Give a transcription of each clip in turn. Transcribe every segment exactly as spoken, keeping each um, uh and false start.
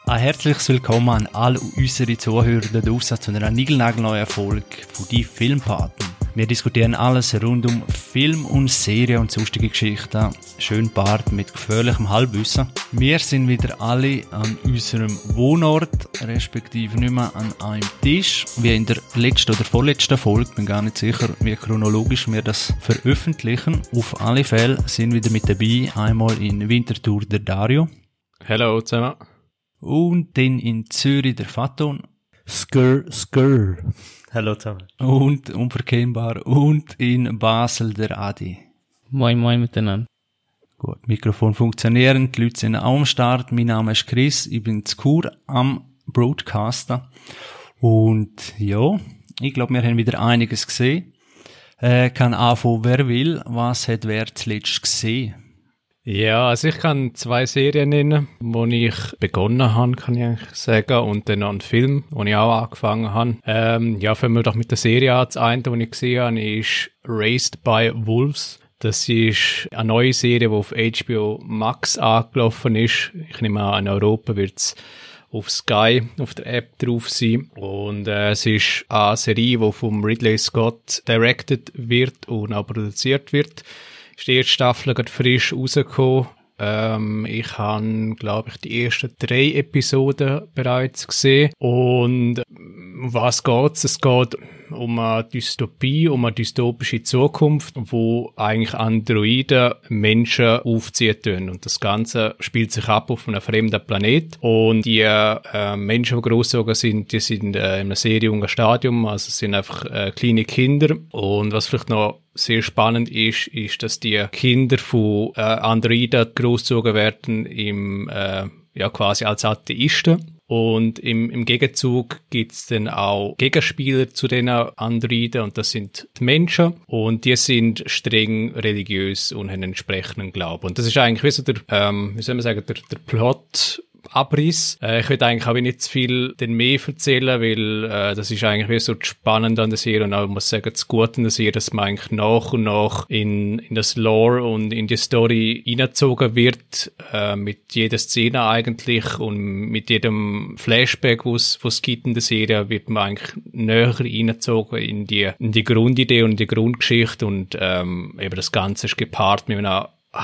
Ein herzliches Willkommen an alle unsere Zuhörer da draussen zu einer niegelnagelneuen Folge von «Die Filmpaten». Wir diskutieren alles rund um Film und Serien und sonstige Geschichten, schön paart mit gefährlichem Halbwissen. Wir sind wieder alle an unserem Wohnort, respektive nicht mehr an einem Tisch, wie in der letzten oder vorletzten Folge. Bin gar nicht sicher, wie chronologisch wir das veröffentlichen. Auf alle Fälle sind wieder mit dabei, einmal in Winterthur der Dario. Hallo zusammen. Und dann in Zürich der Faton. Skrr, skrr. Hallo zusammen. Und unverkennbar. Und in Basel der Adi. Moin, moin miteinander. Gut, Mikrofon funktionieren, die Leute sind auch am Start. Mein Name ist Chris, ich bin zu Chur am Broadcaster. Und ja, ich glaube, wir haben wieder einiges gesehen. Äh, kann anfangen, wer will. Was hat wer zuletzt gesehen? Ja, also ich kann zwei Serien nennen, wo ich begonnen habe, kann ich eigentlich sagen, und dann noch einen Film, wo ich auch angefangen habe. Ähm, ja, fangen wir doch mit der Serie an. Das eine, die ich gesehen habe, ist Raised by Wolves. Das ist eine neue Serie, die auf H B O Max angelaufen ist. Ich nehme an, in Europa wird es auf Sky, auf der App drauf sein. Und äh, es ist eine Serie, die vom Ridley Scott directed wird und auch produziert wird. Ist die erste Staffel gerade frisch rausgekommen. Ähm, ich habe, glaube ich, die ersten drei Episoden bereits gesehen. Und um was geht's? Es geht um eine Dystopie, um eine dystopische Zukunft, wo eigentlich Androiden Menschen aufziehen tun. Und das Ganze spielt sich ab auf einem fremden Planet. Und die äh, Menschen, die grossgezogen sind, die sind äh, in einem sehr jungen Stadium, also es sind einfach äh, kleine Kinder. Und was vielleicht noch sehr spannend ist, ist, dass die Kinder von äh, Androiden großgezogen werden im, äh, ja, quasi als Atheisten. Und im, im Gegenzug gibt's dann auch Gegenspieler zu den Androiden, und das sind die Menschen. Und die sind streng religiös und haben einen entsprechenden Glauben. Und das ist eigentlich wie so der, ähm, wie soll man sagen, der, der Plot, Abriss. Äh, ich will eigentlich auch nicht zu viel denn mehr erzählen, weil äh, das ist eigentlich wie so spannend an der Serie, und auch, ich muss sagen, das Gute an der Serie, dass man eigentlich nach und nach in, in das Lore und in die Story hineingezogen wird, äh, mit jeder Szene eigentlich und mit jedem Flashback, was es gibt in der Serie, wird man eigentlich näher hineingezogen in die, in die Grundidee und die Grundgeschichte, und ähm, eben das Ganze ist gepaart mit einem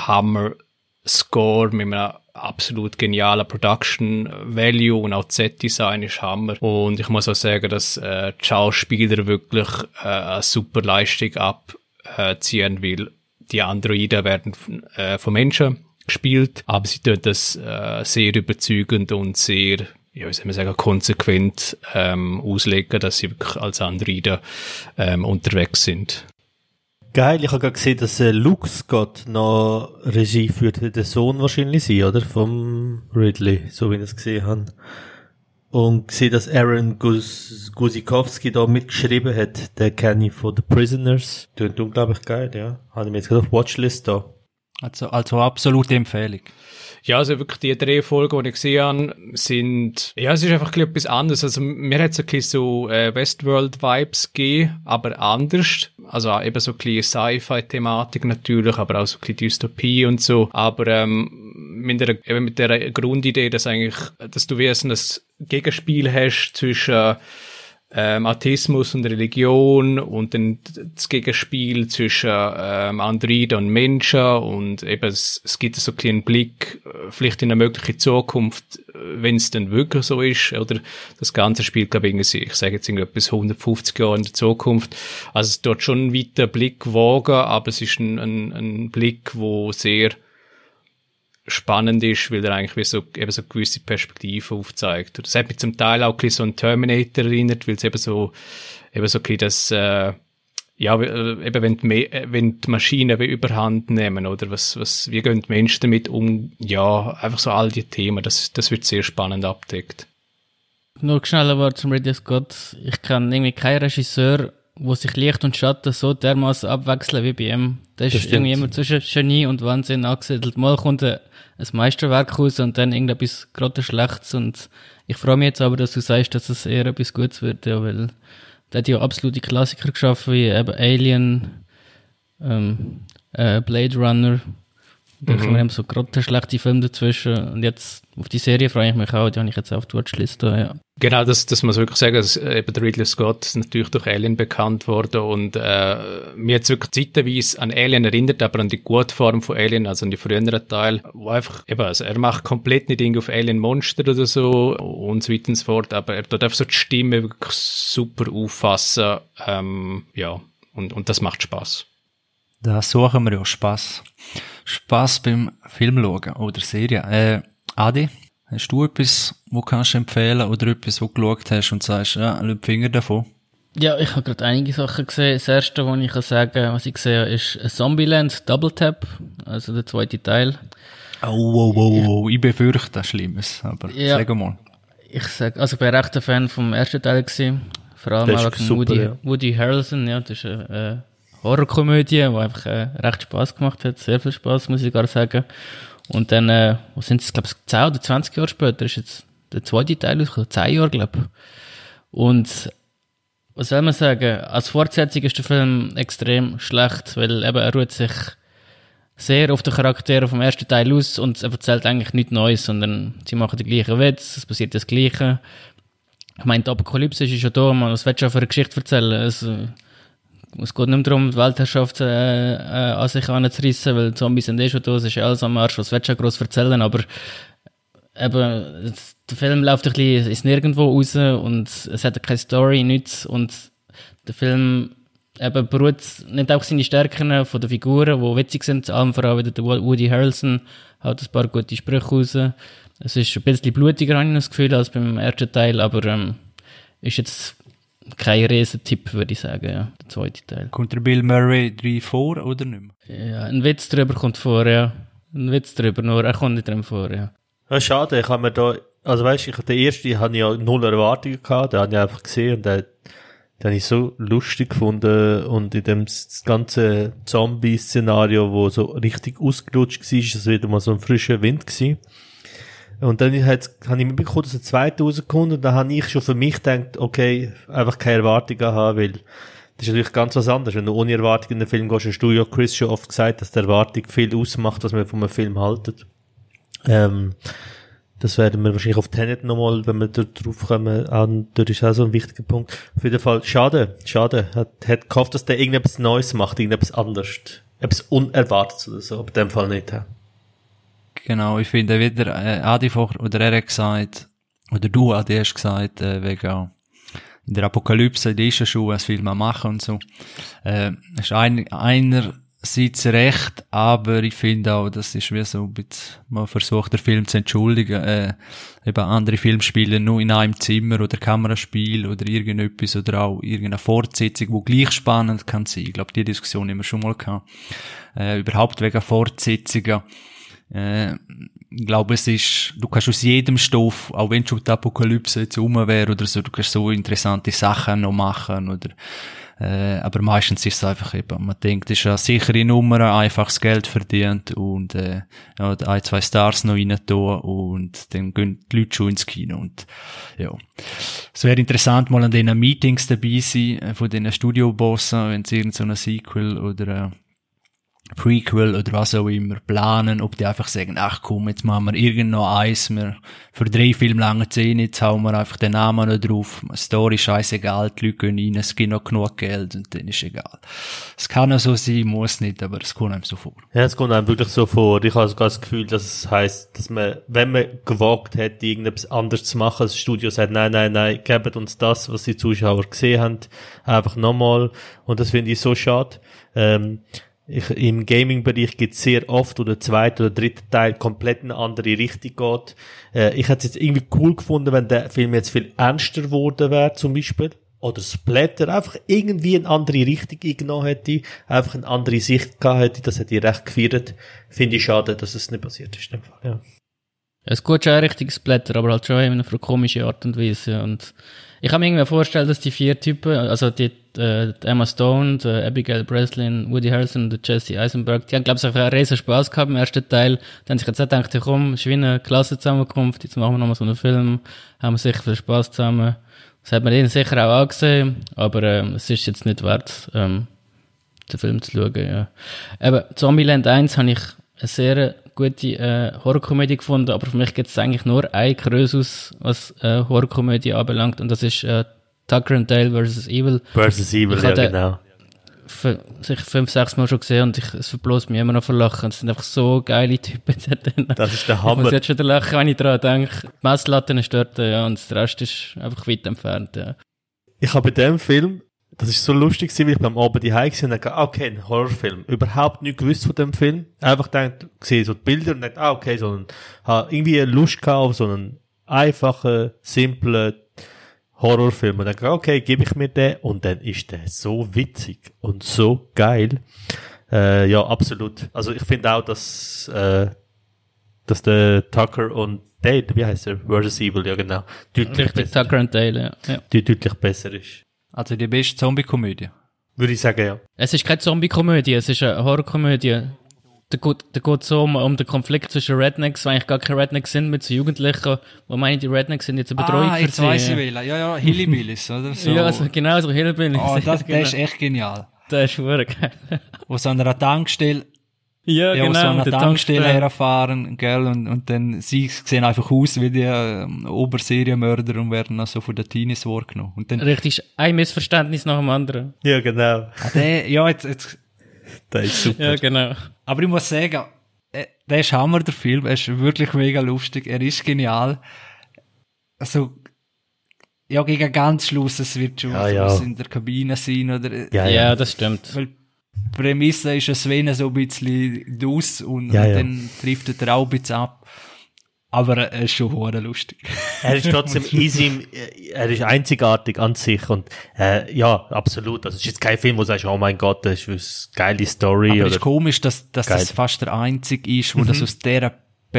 Hammer-Score, mit einem absolut genialer Production Value, und auch Z-Design ist Hammer. Und ich muss auch sagen, dass äh, die Schauspieler wirklich äh, eine super Leistung abziehen, weil die Androiden werden äh, von Menschen gespielt, aber sie tun das äh, sehr überzeugend und sehr, ja, wie soll man sagen, konsequent ähm, auslegen, dass sie wirklich als Androiden ähm, unterwegs sind. Geil, ich habe gerade gesehen, dass äh, Luke Scott noch Regie führt, der Sohn wahrscheinlich sein, oder? Vom Ridley, so wie ich das gesehen habe. Und gesehen, dass Aaron Gus- Gusikowski da mitgeschrieben hat, der kenne ich von The Prisoners. Klingt unglaublich geil, ja. Habe ich mir jetzt gerade auf Watchlist da. Also, also absolute Empfehlung. Ja, also wirklich die drei Folgen, die ich gesehen habe, sind, ja, es ist einfach ein bisschen etwas anderes. Also mir hat es ein bisschen so äh, Westworld-Vibes gegeben, aber anders. Also auch eben so ein bisschen Sci-Fi-Thematik natürlich, aber auch so ein bisschen Dystopie und so. Aber ähm, mit der, eben mit der Grundidee, dass eigentlich, dass du wie so ein Gegenspiel hast zwischen Ähm, Atheismus und Religion, und dann das Gegenspiel zwischen ähm, Androiden und Menschen, und eben es, es gibt so einen kleinen Blick äh, vielleicht in eine mögliche Zukunft, wenn es dann wirklich so ist, oder das Ganze spielt, glaube ich, ich sage jetzt irgendwie bis hundertfünfzig Jahre in der Zukunft. Also es dort schon einen weiten Blick wagen, aber es ist ein, ein, ein Blick, wo sehr spannend ist, weil er eigentlich wie so, eben so gewisse Perspektiven aufzeigt. Das hat mich zum Teil auch ein bisschen so an Terminator erinnert, weil es eben so, eben so ein bisschen das, äh, ja, eben wenn die, wenn die Maschinen wie überhand nehmen, oder was, was, wie gehen die Menschen damit um? Ja, einfach so all die Themen, das, das wird sehr spannend abdeckt. Nur schnell ein Wort zum Ridley Scott. Ich kann irgendwie keinen Regisseur, wo sich Licht und Schatten so dermaßen abwechseln wie bei ihm. Das, das ist irgendwie immer zwischen Genie und Wahnsinn angesiedelt. Mal kommt ein, ein Meisterwerk raus und dann irgendetwas gerade Schlechtes, und ich freue mich jetzt aber, dass du sagst, dass es eher etwas Gutes wird, ja, weil der hat ja absolute Klassiker geschaffen, wie eben Alien, ähm, äh, Blade Runner Da mhm. kommen so gerade schlechte Filme dazwischen. Und jetzt auf die Serie freue ich mich auch, die habe ich jetzt auf die Watchliste. Ja. Genau, das, das muss man wirklich sagen, dass eben der Ridley Scott ist natürlich durch Alien bekannt worden und äh, mir hat wirklich zeitweise an Alien erinnert, aber an die gute Form von Alien, also an die früheren Teile, wo einfach, eben, also er macht komplett nicht irgendwie auf Alien-Monster oder so und so weiter und so fort, aber er tut einfach so die Stimme wirklich super auffassen, ähm, ja, und, und das macht Spaß. Da suchen wir ja Spaß. Spaß beim Film schauen oder Serie. Äh, Adi, hast du etwas, wo kannst du empfehlen oder etwas, wo du geschaut hast und sagst, ja, lass die Finger davon? Ja, ich habe gerade einige Sachen gesehen. Das erste, was ich kann sagen, was ich gesehen habe, ist Zombieland Double Tap, also der zweite Teil. Oh, oh, oh, oh. Ich befürchte Schlimmes, aber ja, sag mal. Ich sag, also ich bin recht ein Fan vom ersten Teil gewesen. Vor allem auch wegen super, Woody, ja. Woody Harrelson, ja, das ist eine äh, Horrorkomödie, die einfach äh, recht Spaß gemacht hat, sehr viel Spaß, muss ich gar sagen. Und dann, äh, was sind es, glaube ich, zehn oder zwanzig Jahre später ist jetzt der zweite Teil rausgekommen, zehn Jahre, glaube ich. Und was soll man sagen, als Fortsetzung ist der Film extrem schlecht, weil eben er ruht sich sehr auf den Charaktere vom ersten Teil aus und er erzählt eigentlich nichts Neues, sondern sie machen den gleichen Witz, es passiert das Gleiche. Ich meine, die Apokalypse ist schon da, man, was willst du schon für eine Geschichte erzählen? Es, es geht nicht mehr darum, die Weltherrschaft äh, äh, an sich anzureissen, weil Zombies sind eh schon da, es ist ja alles am Arsch, was willst du schon gross erzählen, aber eben, der Film läuft ein bisschen ins Nirgendwo raus und es hat keine Story, nichts und der Film eben beruht nicht auf seine Stärken von den Figuren, die witzig sind, allem vor allem wieder der Woody Harrelson haut ein paar gute Sprüche raus. Es ist ein bisschen blutiger, habe ich das Gefühl, als beim ersten Teil, aber ähm, ist jetzt kein Riesentipp, würde ich sagen, ja, der zweite Teil. Kommt der Bill Murray drin vor oder nicht mehr? Ja, ein Witz drüber kommt vor, ja. Ein Witz drüber, nur er kommt nicht drin vor, ja. Ja, schade, ich habe mir da, also weißt du, den ersten hatte ich ja null Erwartungen gehabt, den habe ich einfach gesehen und den, den habe ich so lustig gefunden und in dem das ganze Zombie-Szenario, wo so richtig ausgelutscht war, ist es wieder mal so ein frischer Wind gewesen. Und dann habe ich mitbekommen, dass der zweite rauskommt und dann habe ich schon für mich gedacht, okay, einfach keine Erwartungen haben, weil das ist natürlich ganz was anderes. Wenn du ohne Erwartungen in den Film gehst, hast du ja, Chris, schon oft gesagt, dass die Erwartung viel ausmacht, was man von einem Film haltet. Ähm, das werden wir wahrscheinlich auf Tenet nochmal, wenn wir da drauf kommen, an, das ist auch so ein wichtiger Punkt. Auf jeden Fall, schade, schade. Hat, hat gehofft, dass der irgendetwas Neues macht, irgendetwas anderes. Etwas Unerwartetes oder so, aber in dem Fall nicht. Ja. Genau, ich finde wieder, äh, Adi vorher, oder er hat gesagt, oder du, Adi, hast gesagt, äh, wegen, in der Apokalypse, die ist ja schon, was will man machen und so. Äh, ist ein, einerseits recht, aber ich finde auch, das ist wie so ein bisschen, man versucht, den Film zu entschuldigen, äh, eben andere Filme spielen nur in einem Zimmer oder Kameraspiel oder irgendetwas oder auch irgendeine Fortsetzung, die gleich spannend kann sein. Ich glaube, die Diskussion haben wir schon mal gehabt. Äh, überhaupt wegen Fortsetzungen. Äh, ich glaube, es ist, du kannst aus jedem Stoff, auch wenn schon die Apokalypse jetzt rum wäre oder so, du kannst so interessante Sachen noch machen oder, äh, aber meistens ist es einfach eben, man denkt, es ist eine sichere Nummer, einfaches Geld verdient und, äh, ja, ein, zwei Stars noch rein tun und dann gehen die Leute schon ins Kino und, ja. Es wäre interessant, mal an diesen Meetings dabei sein, äh, von diesen Studiobossen, wenn es irgend so ein Sequel oder, äh, Prequel oder was auch immer planen, ob die einfach sagen, ach komm, jetzt machen wir irgend noch eins, wir für drei Filme lange Szene, jetzt hauen wir einfach den Namen noch drauf, Story scheißegal, die Leute gehen rein, es gibt noch genug Geld und dann ist egal. Es kann auch so sein, muss nicht, aber es kommt einem so vor. Ja, es kommt einem wirklich so vor. Ich habe sogar das Gefühl, dass es heisst, dass man, wenn man gewagt hätte, irgendetwas anderes zu machen, das Studio sagt, nein, nein, nein, gebt uns das, was die Zuschauer gesehen haben, einfach nochmal, und das finde ich so schade. Ähm, Ich, im Gaming-Bereich gibt es sehr oft, wo der zweite oder dritte Teil komplett in eine andere Richtung geht. Äh, ich hätte es jetzt irgendwie cool gefunden, wenn der Film jetzt viel ernster geworden wäre, zum Beispiel. Oder Splatter, einfach irgendwie eine andere Richtung genommen hätte, einfach eine andere Sicht gehabt hätte, das hätte ich recht gefeiert. Finde ich schade, dass es nicht passiert ist. In dem Fall, ja. Es geht schon ein richtiges Splatter, aber halt schon in einer komischen Art und Weise. Und ich kann mir irgendwie vorstellen, dass die vier Typen, also die, äh, die Emma Stone, die Abigail Breslin, Woody Harrelson und der Jesse Eisenberg, die haben, glaube ich, einen riesen Spaß gehabt im ersten Teil. Die haben sich jetzt auch gedacht, ja, komm, es ist wie eine Klassenzusammenkunft, jetzt machen wir nochmal so einen Film, haben wir sicher viel Spaß zusammen. Das hat man ihnen sicher auch angesehen, aber ähm, es ist jetzt nicht wert, ähm, den Film zu schauen. Ja. Eben, Zombieland eins habe ich eine sehr gute äh, Horrorkomödie gefunden, aber für mich gibt es eigentlich nur ein Krösus, was äh, Horrorkomödie anbelangt, und das ist äh, Tucker and Dale versus. Evil. Versus Evil, ich ja hatte genau. F- sicher fünf, sechs Mal schon gesehen und ich, es verbläst mich immer noch vor Lachen. Es sind einfach so geile Typen. Das ist der Ich Hammer. muss jetzt schon lachen, wenn ich daran denke. Die Messlatte ist dort, ja, und der Rest ist einfach weit entfernt, ja. Ich habe bei dem Film, das ist so lustig gewesen, weil ich am Abend daheim war und dachte, okay, ein Horrorfilm. Überhaupt nichts gewusst von dem Film. Einfach gedacht, gesehen so die Bilder und dachte, ah, okay, so ein, habe irgendwie Lust gehabt auf so einen einfachen, simplen Horrorfilm. Und dachte, okay, gebe ich mir den. Und dann ist der so witzig und so geil. Äh, ja, absolut. Also ich finde auch, dass, äh, dass der Tucker und Dale, wie heißt er? Versus Evil, ja genau. Deutlich Richtig, besser, Tucker and Dale, ja. ja. die deutlich besser ist. Also die beste Zombie-Komödie. Würde ich sagen, ja. Es ist keine Zombie-Komödie, es ist eine Horrorkomödie. Da geht, da geht so um, um den Konflikt zwischen Rednecks, die eigentlich gar keine Rednecks sind, mit so Jugendlichen, wo meinen, die Rednecks sind jetzt eine Betreuung ah, für jetzt sie. weiss ich ja. welcher. Ja, ja, Hillbillies, oder? So. Ja, also genau so Hillbillies. Oh, das, genau. der ist echt genial. Der ist verdammt geil. Wo sie an einer Tankstelle, Ja, ja, wo genau. sie an mit einer der Tankstelle Tankstelle. herfahren, gell, und, und dann, sie sehen einfach aus wie die ähm, Oberserienmörder und werden dann so von den Teenies wahrgenommen. Und dann, Richtig, ein Missverständnis nach dem anderen. Ja, genau. ah, der, ja, jetzt, jetzt, Der ist super. Ja, genau. aber ich muss sagen, äh, der ist Hammer, der Film, er ist wirklich mega lustig, er ist genial. Also, ja, gegen ganz Schluss, es wird schon, Ja, so, ja. was in der Kabine sein, oder, Ja, Ja, ja. das stimmt. weil die Prämisse ist es wenn so ein bisschen dus und, Ja, und ja. dann trifft er auch ein bisschen ab. Aber er ist schon hure lustig. Er ist trotzdem easy, im- er ist einzigartig an sich und äh, ja, absolut. Also es ist jetzt kein Film, wo du sagst, oh mein Gott, das ist eine geile Story. Aber es oder ist komisch, dass, dass Geil. das fast der einzige ist, wo das aus dieser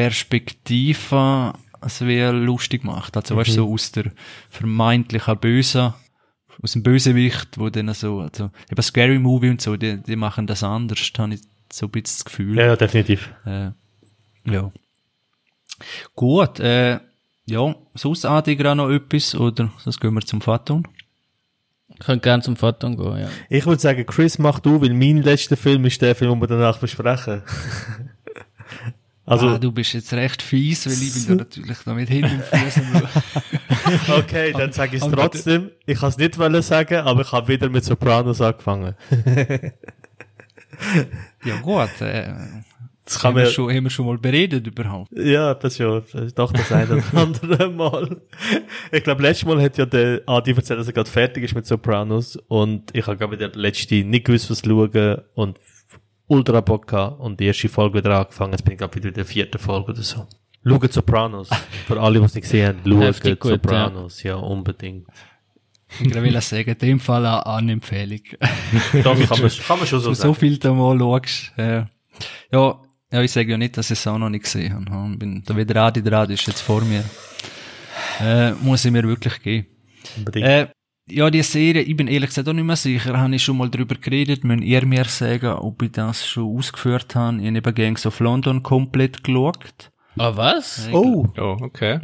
Perspektive also wie lustig macht. Also weißt du, so aus der vermeintlichen Bösen, aus dem Bösewicht, wo dann so, also eben Scary Movie und so, die, die machen das anders, habe ich so ein bisschen das Gefühl. ja, ja, definitiv. Äh, ja. Gut, äh, ja, sonst Adi gerade noch etwas, oder sonst gehen wir zum Faton? Ich könnte gerne zum Vater gehen, ja. Ich würde sagen, Chris, mach du, weil mein letzter Film ist der Film, den wir danach besprechen. Also, ah, du bist jetzt recht fies, weil ich bin da natürlich noch mit hinten im Fuß am okay, dann sage ich es aber- trotzdem. Ich kann es nicht wollen sagen, aber ich habe wieder mit Sopranos angefangen. Ja gut, äh, Das kann haben, wir man, schon, haben wir schon mal beredet überhaupt? ja, das ja, doch das eine oder andere Mal. Ich glaube, letztes Mal hat ja der Adi erzählt, dass er gerade fertig ist mit Sopranos und ich habe glaube der letzte nicht gewusst, was schauen und ultra Bock gehabt und die erste Folge wieder angefangen. Jetzt bin ich glaube wieder in der vierten Folge oder so. Schaut Sopranos. Für alle, die es nicht gesehen haben, schaut Heftig gut, Sopranos. Ja. ja, unbedingt. Ich will sagen, in dem Fall eine Anempfehlung. Doch, kann man, kann man schon so Wenn du so sagen. viel da mal schaust. Äh, ja, ja, ich sage ja nicht, dass ich es auch noch nicht gesehen habe. ha. Ich bin, da wieder Adi dran, ist jetzt vor mir. Äh, muss ich mir wirklich geben. Unbedingt. Äh, ja, die Serie, ich bin ehrlich gesagt auch nicht mehr sicher, habe ich schon mal drüber geredet, müssen ihr mir sagen, ob ich das schon ausgeführt habe. Ich habe eben Gangs of London komplett geschaut. Ah, was? Oh, Oh, okay.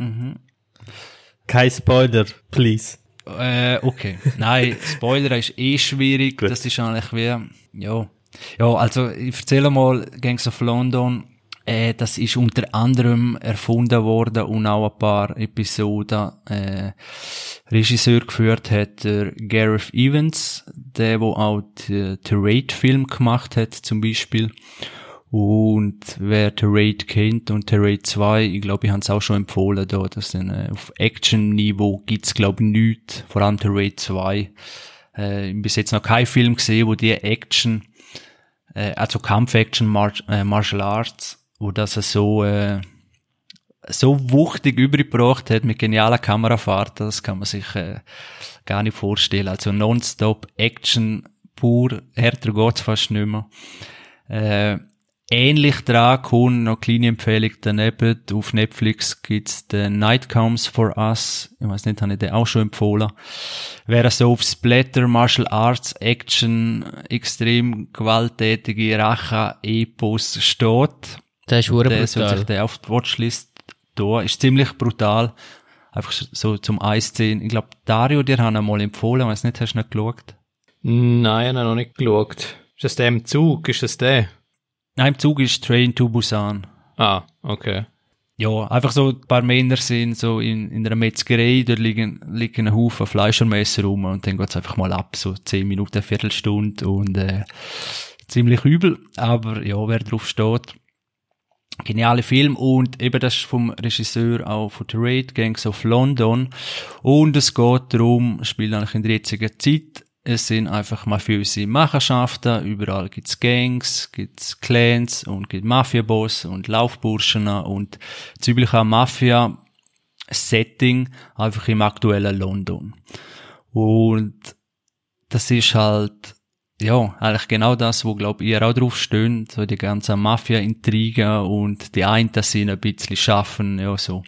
kein Spoiler, please. Äh, okay. Nein, Spoiler ist eh schwierig. Gut. Das ist eigentlich wie, ja. Ja, also, ich erzähle mal, Gangs of London, äh, das ist unter anderem erfunden worden und auch ein paar Episoden, äh, Regisseur geführt hat der Gareth Evans, der, wo auch die, die Raid-Film gemacht hat, zum Beispiel. Und wer The Raid kennt und The Raid zwei, ich glaube, ich habe es auch schon empfohlen, da, dass dann, äh, auf Action-Niveau gibt's, glaube ich, nichts, vor allem The Raid zwei. Äh, ich habe bis jetzt noch keinen Film gesehen, wo die Action, äh, also Kampf-Action, Mar äh, Martial Arts, wo das so, äh, so wuchtig übergebracht hat mit genialer Kamerafahrten, das kann man sich äh, gar nicht vorstellen. Also Nonstop Action pur, härter geht's fast nicht mehr. Äh, Ähnlich dran kommt noch eine kleine Empfehlung daneben. Auf Netflix gibt's den Night Comes for Us. Ich weiß nicht, habe ich den auch schon empfohlen. Wer so auf Splatter, Martial Arts, Action, extrem gewalttätige Rache-Epos steht, Der ist hure der soll sich brutal. den auf die Watchlist tun. Ist ziemlich brutal. Einfach so zum Eiszenen. Ich glaube, Dario, dir haben ihn mal empfohlen. Weiß nicht, hast du nicht geschaut? Nein, ich habe noch nicht geschaut. Ist das der im Zug? Ist das der? Nein, im Zug ist Train to Busan. Ah, okay. Ja, einfach so ein paar Männer sind so in, in einer Metzgerei, dort liegen, liegen ein Haufen Fleischermesser rum und dann geht's einfach mal ab, so zehn Minuten, eine Viertelstunde und äh, ziemlich übel, aber ja, wer drauf steht. Geniale Film und eben das ist vom Regisseur auch von The Raid, Gangs of London und es geht darum, spielt eigentlich in der jetzigen Zeit, es sind einfach mafiöse Machenschaften, überall gibt's Gangs, gibt's Clans und gibt Mafia-Boss und Laufburschen und das übliche Mafia-Setting einfach im aktuellen London. Und das ist halt, ja, eigentlich genau das, wo, glaub ihr auch drauf stehen, so die ganzen Mafia-Intrigen und die einen, das sind ein bisschen schaffen, ja, so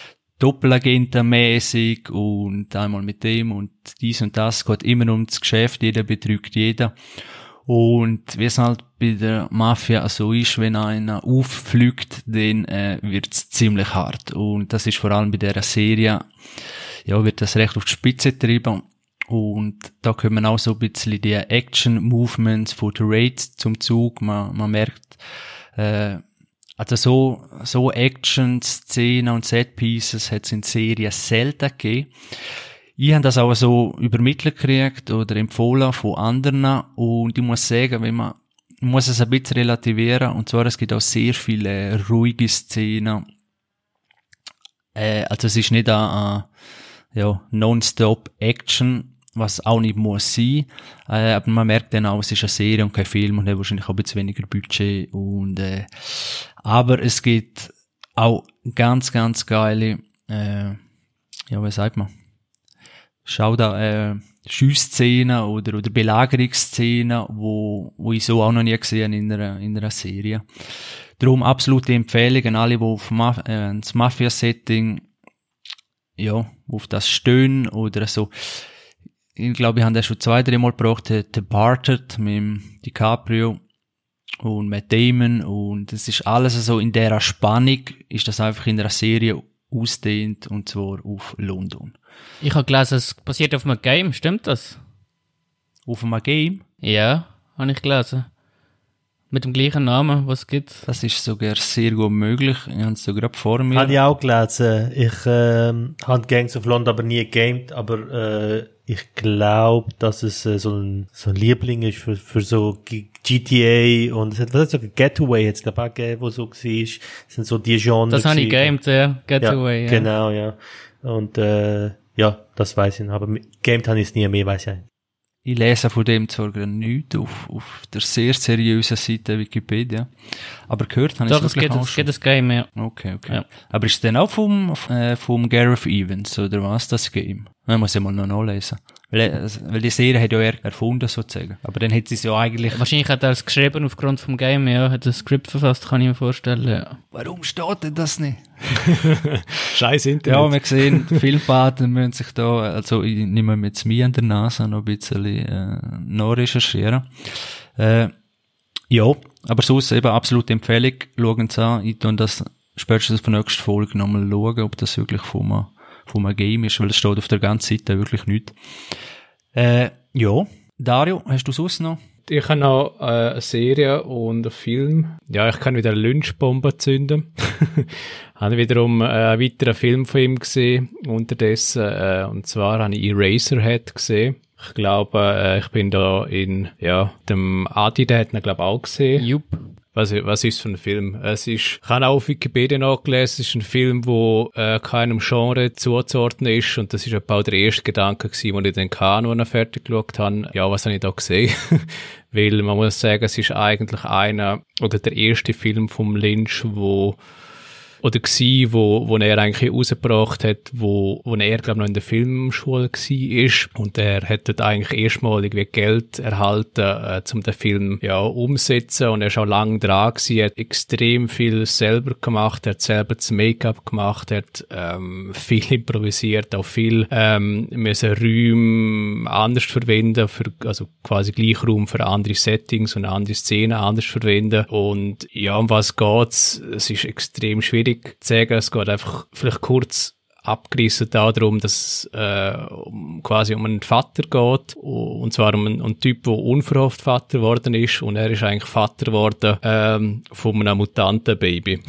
Doppelagenten-mäßig und einmal mit dem und dies und das, geht immer ums Geschäft, jeder betrügt jeden. Und wie es halt bei der Mafia so ist, wenn einer auffliegt, dann äh, wird's ziemlich hart. Und das ist vor allem bei dieser Serie, ja, wird das recht auf die Spitze getrieben. Und da kommen auch so ein bisschen die Action-Movements von The Raid zum Zug. Man, man merkt, äh, also so, so Action-Szenen und Set-Pieces hat es in Serien selten gegeben. Ich habe das auch so übermittelt gekriegt oder empfohlen von anderen und ich muss sagen, wenn man, ich muss es ein bisschen relativieren, und zwar, es gibt auch sehr viele ruhige Szenen. Äh, also es ist nicht eine, ja, Non-Stop-Action, was auch nicht muss sein, äh, aber man merkt dann auch, es ist eine Serie und kein Film und hat wahrscheinlich auch ein bisschen weniger Budget und äh, aber es gibt auch ganz, ganz geile, äh, ja, wie sagt man, schau da, äh, Schussszenen oder, oder Belagerungsszenen, wo, wo ich so auch noch nie gesehen in einer, in einer Serie. Darum absolute Empfehlung an alle, die auf Ma- äh, das Mafia-Setting, ja, auf das stehen oder so. Ich glaube, ich habe das schon zwei, drei Mal gebraucht, The Departed mit dem DiCaprio und Matt Damon und es ist alles so in dieser Spannung, ist das einfach in einer Serie ausdehnt und zwar auf London. Ich habe gelesen, es basiert auf einem Game, stimmt das? Auf einem Game? Ja, habe ich gelesen. Mit dem gleichen Namen, was es gibt. Das ist sogar sehr gut möglich. Ich habe es so gerade vor mir. Habe ich auch gelesen. Ich ähm, habe Gangs of London aber nie gegamed, aber äh, ich glaube, dass es äh, so, ein, so ein Liebling ist für, für so G- GTA und es hat, was hat so ein Getaway jetzt glaube ich auch gegeben, wo so war. Das sind so die Genres. Das habe ich gegamed, ja. Getaway, ja. Genau, ja. Und äh, ja, das weiß ich noch. Aber gegamed habe ich es nie mehr, weiß ich nicht. Ich lese von dem zwar gerade nichts auf, auf der sehr seriösen Seite Wikipedia, aber gehört habe ich Doch, es wirklich geht, auch es schon. geht das Game, ja. Okay, okay. Ja. Aber ist es denn auch vom, äh, vom Gareth Evans, oder was, das Game? Man muss ja mal noch nachlesen. Weil, weil die Serie hat ja er erfunden, sozusagen. Aber dann hat sie es ja eigentlich... Wahrscheinlich hat er es geschrieben aufgrund vom Game, ja. Hat ein Skript verfasst, kann ich mir vorstellen, ja. Warum steht denn das nicht? Scheiß Internet. Ja, wir sehen, Filmpaten müssen sich da, also ich nehme mir jetzt mir an der Nase noch ein bisschen äh, nachrecherchieren. Äh, ja, aber sonst eben absolute Empfehlung. Schauen Sie an, ich tue das spätestens auf der nächsten Folge nochmal schauen, ob das wirklich von einem, von einem Game ist, weil es steht auf der ganzen Seite wirklich nichts. Äh, ja, Dario, hast du sonst noch? Ich habe noch äh, eine Serie und einen Film. Ja, ich kann wieder eine Lynchbombe zünden. Habe wiederum äh, einen weiteren Film von ihm gesehen, unterdessen. Äh, und zwar habe ich Eraserhead gesehen. Ich glaube, äh, ich bin da in, ja, dem Adi, der hat ihn, glaube ich, auch gesehen. Jupp. Was, was ist für ein Film? Es ist, ich habe auch auf Wikipedia nachgelesen, es ist ein Film, wo äh, keinem Genre zuzuordnen ist und das ist etwa auch der erste Gedanke gewesen, den ich dann hatte, als ich fertig geschaut habe. Ja, was habe ich da gesehen? Weil man muss sagen, es ist eigentlich einer, oder der erste Film vom Lynch, wo oder gsi, wo, wo er eigentlich rausgebracht hat, wo, wo er, glaube ich, noch in der Filmschule gsi ist. Und er hat dort eigentlich erstmal irgendwie Geld erhalten, äh, um den Film, ja, umsetzen. Und er ist auch lange dran gsi. Er hat extrem viel selber gemacht. Er hat selber das Make-up gemacht. Er hat, ähm, viel improvisiert, auch viel, ähm, müssen Räume anders verwenden, für, also quasi gleich Raum für andere Settings und andere Szenen anders verwenden. Und ja, um was geht's? Es ist extrem schwierig zu sagen. Es geht einfach vielleicht kurz abgerissen darum, dass es äh, um, quasi um einen Vater geht, und zwar um einen, einen Typ, der unverhofft Vater geworden ist, und er ist eigentlich Vater geworden ähm, von einem Mutantenbaby.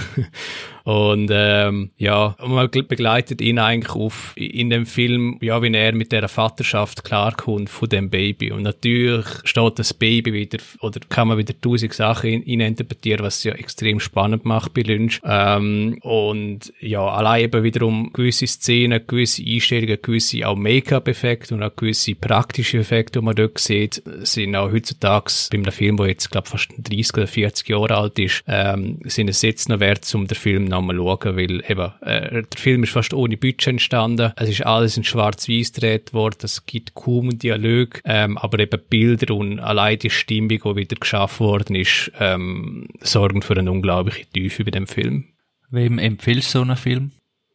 Und ähm, ja, man begleitet ihn eigentlich auf in dem Film, ja, wie er mit dieser Vaterschaft klarkommt von dem Baby. Und natürlich steht das Baby wieder, oder kann man wieder tausend Sachen in, in interpretieren, was es ja extrem spannend macht bei Lynch. Ähm, und ja, allein eben wiederum gewisse Szenen, gewisse Einstellungen, gewisse auch Make-up-Effekte und auch gewisse praktische Effekte, die man dort sieht, sind auch heutzutage bei einem Film, der jetzt, glaube ich, fast dreißig oder vierzig Jahre alt ist, ähm, sind es jetzt noch wert, um den Film nochmal schauen, weil eben, äh, der Film ist fast ohne Budget entstanden, es ist alles in schwarz-weiß gedreht worden, es gibt kaum Dialog, ähm, aber eben Bilder und allein die Stimmung, die wieder geschaffen worden ist, ähm, sorgen für eine unglaubliche Tiefe bei dem Film. Wem empfiehlst du so einen Film?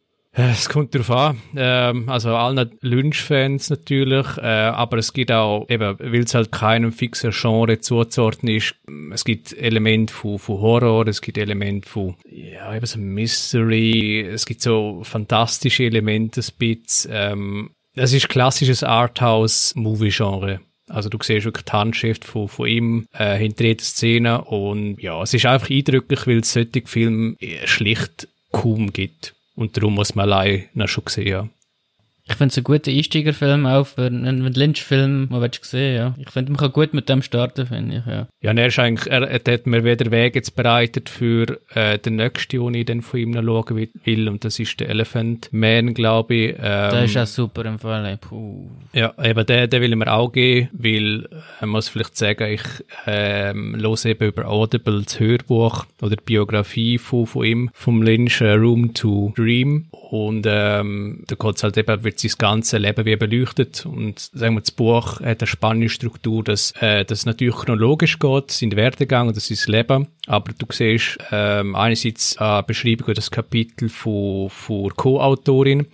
Es kommt darauf an, ähm, also allen Lynch-Fans natürlich, äh, aber es gibt auch, eben, weil es halt keinem fixen Genre zuzuordnen ist, es gibt Elemente von, von Horror, es gibt Elemente von, ja, eben so Mystery, es gibt so fantastische Elemente, ein bisschen, ähm, es ist klassisches Arthouse-Movie-Genre. Also du siehst wirklich die Handschrift von, von ihm, äh, hinter Szenen, und ja, es ist einfach eindrücklich, weil es solche Filme schlicht kaum gibt. Und darum muss man allein noch schon sehen, ja. Ich finde es ein guter Einsteigerfilm auch für einen Lynch-Film, den willst du sehen, ja. Ich finde, man kann gut mit dem starten, finde ich, ja. Ja, und er ist eigentlich, er, er hat mir wieder Weg jetzt bereitet für äh, den nächsten, den ich dann von ihm noch schauen will, und das ist der Elephant Man, glaube ich. Ähm, der ist auch super im Fall, puh. Ja, eben den, den will ich mir auch geben, weil, ich muss vielleicht sagen, ich ähm, höre eben über Audible das Hörbuch oder die Biografie von, von ihm, vom Lynch, uh, Room to Dream, und ähm, da geht es halt eben, wird sein ganzes Leben wie beleuchtet, und sagen wir, das Buch hat eine spannende Struktur, dass äh, das natürlich chronologisch geht, sein Werdegang und sein Leben, aber du siehst ähm, einerseits eine Beschreibung oder das Kapitel von, von Co-Autorin,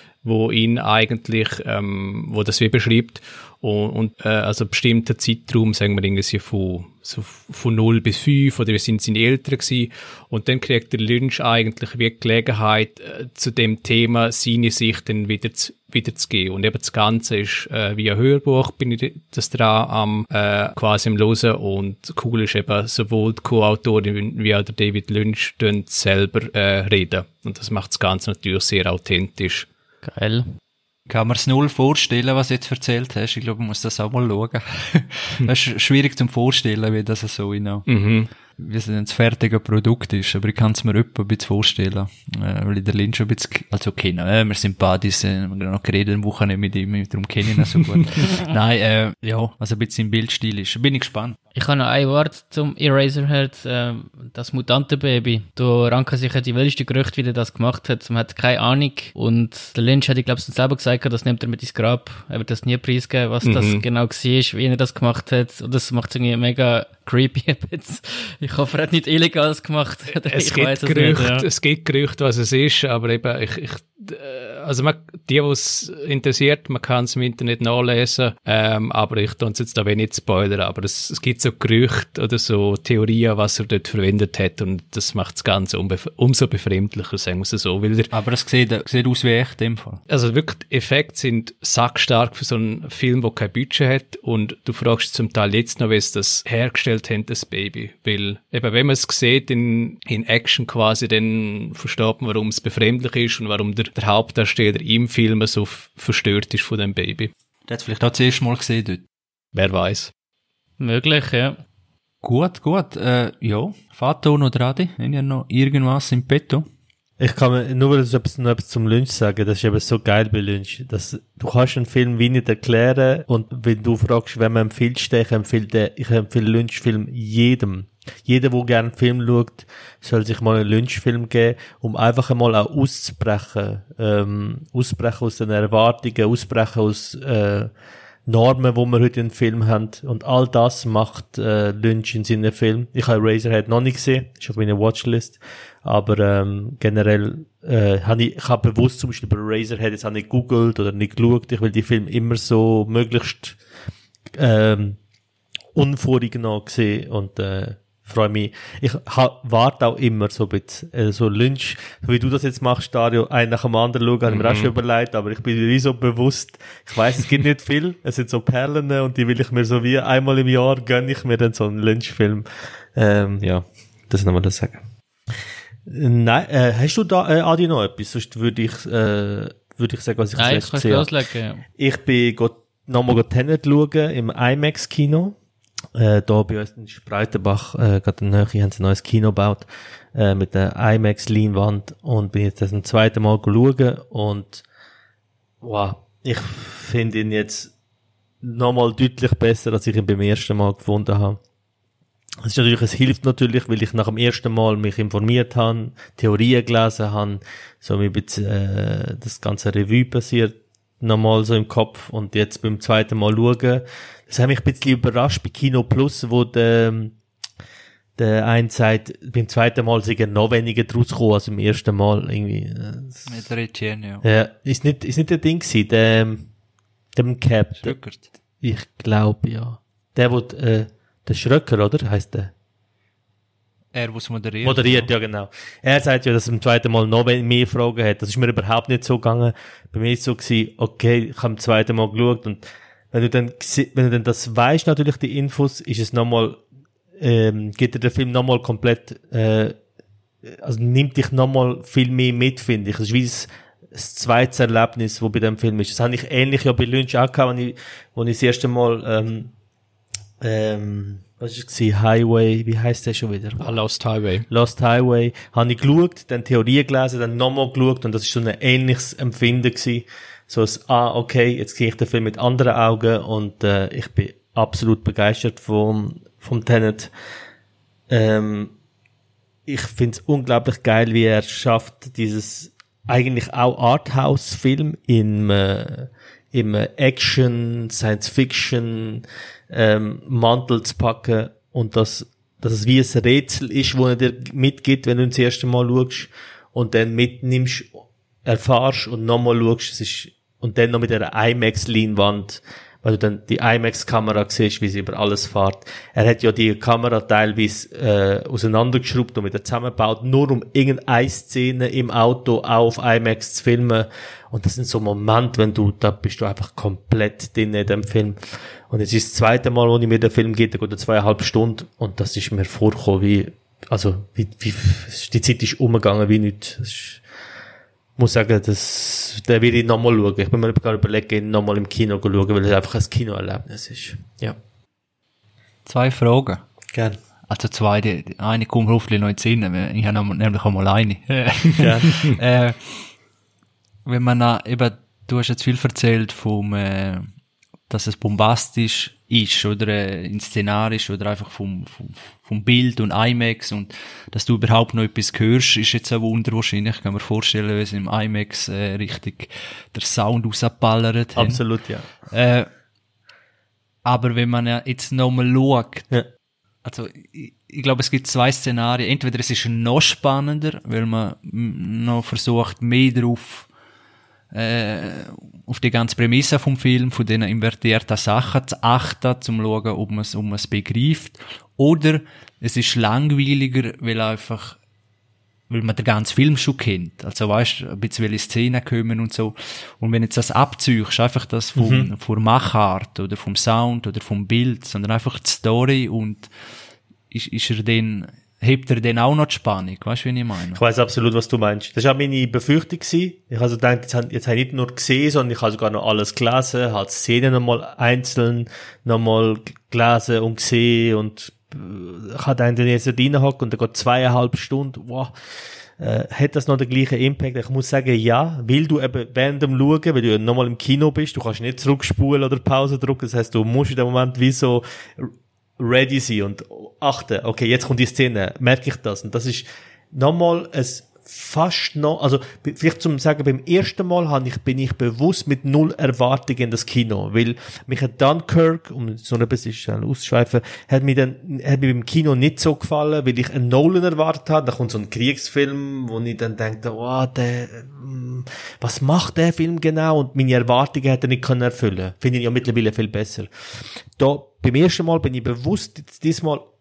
wo ihn eigentlich, ähm, wo das wie beschreibt, und, und äh, also ein bestimmter Zeitraum, sagen wir irgendwie von, so von null bis fünf, oder wir sind seine Eltern gewesen, und dann kriegt der Lynch eigentlich wie Gelegenheit, äh, zu dem Thema seine Sicht dann wieder zu, wieder zu geben. Und eben das Ganze ist äh, wie ein Hörbuch, bin ich das dran am äh, quasi am Hören, und cool ist eben, sowohl die Co-Autorin wie auch der David Lynch tun selber äh, reden, und das macht das Ganze natürlich sehr authentisch. Geil. Kann man es null vorstellen, was du jetzt erzählt hast? Ich glaube, man muss das auch mal schauen. Das ist schwierig zum Vorstellen, wie das so in Mhm. wie es ein fertiges Produkt ist, aber ich kann es mir etwa ein bisschen vorstellen, äh, weil ich den Lynch ein bisschen, also kennen, äh, wir sind Buddies, äh, wir haben noch geredet, eine Woche nicht mit ihm, darum kenne ich ihn so gut. Nein, äh, ja, was ein bisschen im Bildstil ist, bin ich gespannt. Ich habe noch ein Wort zum Eraserhead, äh, das Mutantenbaby. Da ranken sich ja die wildesten Gerüchte, wie der das gemacht hat. Man hat keine Ahnung. Und der Lynch hat, ich glaube, selber gesagt, das nimmt er mit ins Grab. Er wird das nie preisgeben, was mhm. das genau war, wie er das gemacht hat. Und das macht es irgendwie mega creepy. Ich hoffe, er hat nicht Illegales gemacht. Es ich gibt weiss Gerüchte, nicht, ja. es gibt Gerüchte, was es ist, aber eben, ich, ich also man, die, die es interessiert, man kann es im Internet nachlesen, ähm, aber ich tue jetzt da wenig spoilern, aber es, es gibt so Gerüchte oder so Theorien, was er dort verwendet hat, und das macht das Ganze unbef- umso befremdlicher, sagen wir es so. Weil der, aber es sieht, sieht aus wie echt in dem Fall. Also wirklich, die Effekte sind sackstark für so einen Film, der kein Budget hat, und du fragst zum Teil jetzt noch, wie sie das hergestellt haben, das Baby, weil eben, wenn man es sieht in, in Action quasi, dann versteht man, warum es befremdlich ist und warum der, der Hauptdarsteller im Film so f- verstört ist von dem Baby. Der hat es vielleicht auch das erste Mal gesehen dort. Wer weiß. Möglich, ja. Gut, gut, äh, ja. Faton oder Adi, haben ja noch irgendwas im Petto? Ich kann mir, nur weil du etwas, noch etwas zum Lynch sagen, das ist eben so geil bei Lynch, dass du kannst einen Film wie nicht erklären, und wenn du fragst, wenn man empfiehlt, ich empfehle den, ich empfehle Lynch-Film jedem. Jeder, der gerne einen Film schaut, soll sich mal einen Lynch-Film geben, um einfach einmal auch auszubrechen, ähm, ausbrechen aus den Erwartungen, ausbrechen aus, äh, Normen, die wir heute in Film haben. Und all das macht äh, Lynch in seinen Film. Ich habe Eraserhead noch nicht gesehen, ist auf meiner Watchlist. Aber ähm, generell äh, habe ich, ich habe bewusst zum Beispiel bei Eraserhead jetzt auch nicht gegoogelt oder nicht geschaut. Ich will die Filme immer so möglichst ähm, unvoreingenommen sehen und äh, freue mich. Ich ha, warte auch immer so ein bisschen, äh, so Lunch, so wie du das jetzt machst, Dario, einen nach dem anderen schauen, habe ich mir auch schon überlegt, aber ich bin wie so bewusst, ich weiss, es gibt nicht viel, es sind so Perlen und die will ich mir so wie einmal im Jahr gönne ich mir dann so einen Lunchfilm. Ähm, ja, das nochmal das sagen. Nein, äh, hast du da, äh, Adi, noch etwas? Sonst würde ich, äh, würde ich sagen, was ich Nein, als letztes gesehen habe. loslegen, ja. Ich bin nochmal Tenet schauen im IMAX-Kino. Äh, da bei uns in Spreitenbach, äh, gerade in der Nähe, haben sie ein neues Kino gebaut, äh, mit der IMAX-Leinwand und bin jetzt das ein zweites Mal schauen und, wow, ich finde ihn jetzt nochmal deutlich besser, als ich ihn beim ersten Mal gefunden habe. Es ist natürlich, es hilft natürlich, weil ich nach dem ersten Mal mich informiert habe, Theorien gelesen habe, so ein bisschen, äh, das ganze Revue passiert nochmal so im Kopf und jetzt beim zweiten Mal schauen. Das hat mich ein bisschen überrascht bei Kino Plus, wo der, der eine sagt, beim zweiten Mal sind noch weniger draus gekommen als beim ersten Mal irgendwie. Mit der Etienne, ja. Ja, ist nicht, ist nicht der Ding gewesen, der, dem Cap. Stöckert. Ich glaube, ja. Der, wo, äh, der Schröcker, oder? Heisst der? Er, der es moderiert. Moderiert, ja, genau. Er sagt ja, dass er beim zweiten Mal noch mehr Fragen hat. Das ist mir überhaupt nicht so gegangen. Bei mir ist es so gewesen, okay, ich habe beim zweiten Mal geschaut und wenn du dann, wenn du dann das weißt, natürlich die Infos, ist es nochmal, ähm, geht dir der Film nochmal komplett, äh, also nimmt dich nochmal viel mehr mit, finde ich. Das ist wie das, das zweite Erlebnis, wo bei dem Film ist. Das habe ich ähnlich ja bei Lynch auch gehabt, wo ich, wo ich das erste Mal, ähm, ähm, was ist es gewesen? Highway, wie heisst der schon wieder? Ah, Lost Highway. Lost Highway. Habe ich geschaut, dann Theorie gelesen, dann nochmal geschaut und das ist so ein ähnliches Empfinden gewesen. So ein, ah, okay, jetzt sehe ich den Film mit anderen Augen und äh, ich bin absolut begeistert vom, vom Tenet. Ähm, ich finde es unglaublich geil, wie er schafft, dieses eigentlich auch Arthouse-Film im, äh, im Action, Science-Fiction ähm, Mantel zu packen und das, dass es wie ein Rätsel ist, wo er dir mitgibt, wenn du ihn das erste Mal schaust und dann mitnimmst, erfahrst und nochmal schaust, es ist, und dann noch mit einer IMAX-Leinwand, weil du dann die IMAX-Kamera siehst, wie sie über alles fährt. Er hat ja die Kamera teilweise äh, auseinandergeschraubt und wieder zusammengebaut, nur um irgendeine Szene im Auto auch auf IMAX zu filmen. Und das sind so Momente, wenn du, da bist du einfach komplett drin in dem Film. Und es ist das zweite Mal, wo ich mir den Film gehe, da geht er zweieinhalb Stunden und das ist mir vorgekommen wie, also, wie, wie, die Zeit ist umgegangen wie nichts. Das ist, ich muss sagen, das, den will ich nochmal schauen. Ich bin mir gerade überlegt, ihn nochmal im Kino zu schauen, weil es einfach ein Kinoerlebnis ist. Ja. Zwei Fragen. Gern. Also zwei, die, die eine kommt hoffentlich noch in den Sinn, weil ich habe noch, nämlich auch mal eine. Gern. äh, wenn man na, eben, du hast jetzt viel erzählt vom, äh, dass es bombastisch ist, oder äh, inszenarisch, oder einfach vom, vom, vom Bild und IMAX und dass du überhaupt noch etwas hörst, ist jetzt ein Wunder wahrscheinlich. Ich kann mir vorstellen, wenn es im IMAX äh, richtig der Sound rausballert. Absolut, ja. Äh, aber wenn man ja jetzt nochmal schaut, Ja. also ich, ich glaube, es gibt zwei Szenarien. Entweder es ist noch spannender, weil man m- noch versucht, mehr drauf äh, auf die ganze Prämisse vom Film, von diesen invertierten Sachen zu achten, zum schauen, ob man es ob man es begreift. Oder es ist langweiliger, weil einfach, weil man den ganzen Film schon kennt. Also weißt, ein bisschen welche Szenen kommen und so. Und wenn jetzt das abziehst, einfach das vom, mhm. von Machart oder vom Sound oder vom Bild, sondern einfach die Story und ist, ist er dann, hebt er dann auch noch die Spannung? Weißt du, wie ich meine? Ich weiss absolut, was du meinst. Das war auch meine Befürchtung gewesen. Ich habe also gedacht, jetzt habe, jetzt habe ich nicht nur gesehen, sondern ich habe sogar noch alles gelesen, habe die Szenen nochmal einzeln nochmal gelesen und gesehen und ich habe dann jetzt reinhocken und dann geht zweieinhalb Stunden, wow, äh, hat das noch den gleichen Impact? Ich muss sagen, ja, weil du eben während dem Schauen, weil du ja nochmal im Kino bist, du kannst nicht zurückspulen oder Pause drücken, das heisst, du musst in dem Moment wie so ready sein und achten, okay, jetzt kommt die Szene, merke ich das? Und das ist nochmal ein fast noch, also vielleicht zum sagen, beim ersten Mal habe ich, bin ich bewusst mit null Erwartungen in das Kino, weil mich hat Dunkirk, um so ein bisschen schnell auszuschweifen, hat mir dann, hat mir beim Kino nicht so gefallen, weil ich einen Nolan erwartet habe, da kommt so ein Kriegsfilm, wo ich dann denke, oh, der, was macht der Film genau? Und meine Erwartungen hätte er nicht können erfüllen. Finde ich ja mittlerweile viel besser. Da, beim ersten Mal bin ich bewusst diesmal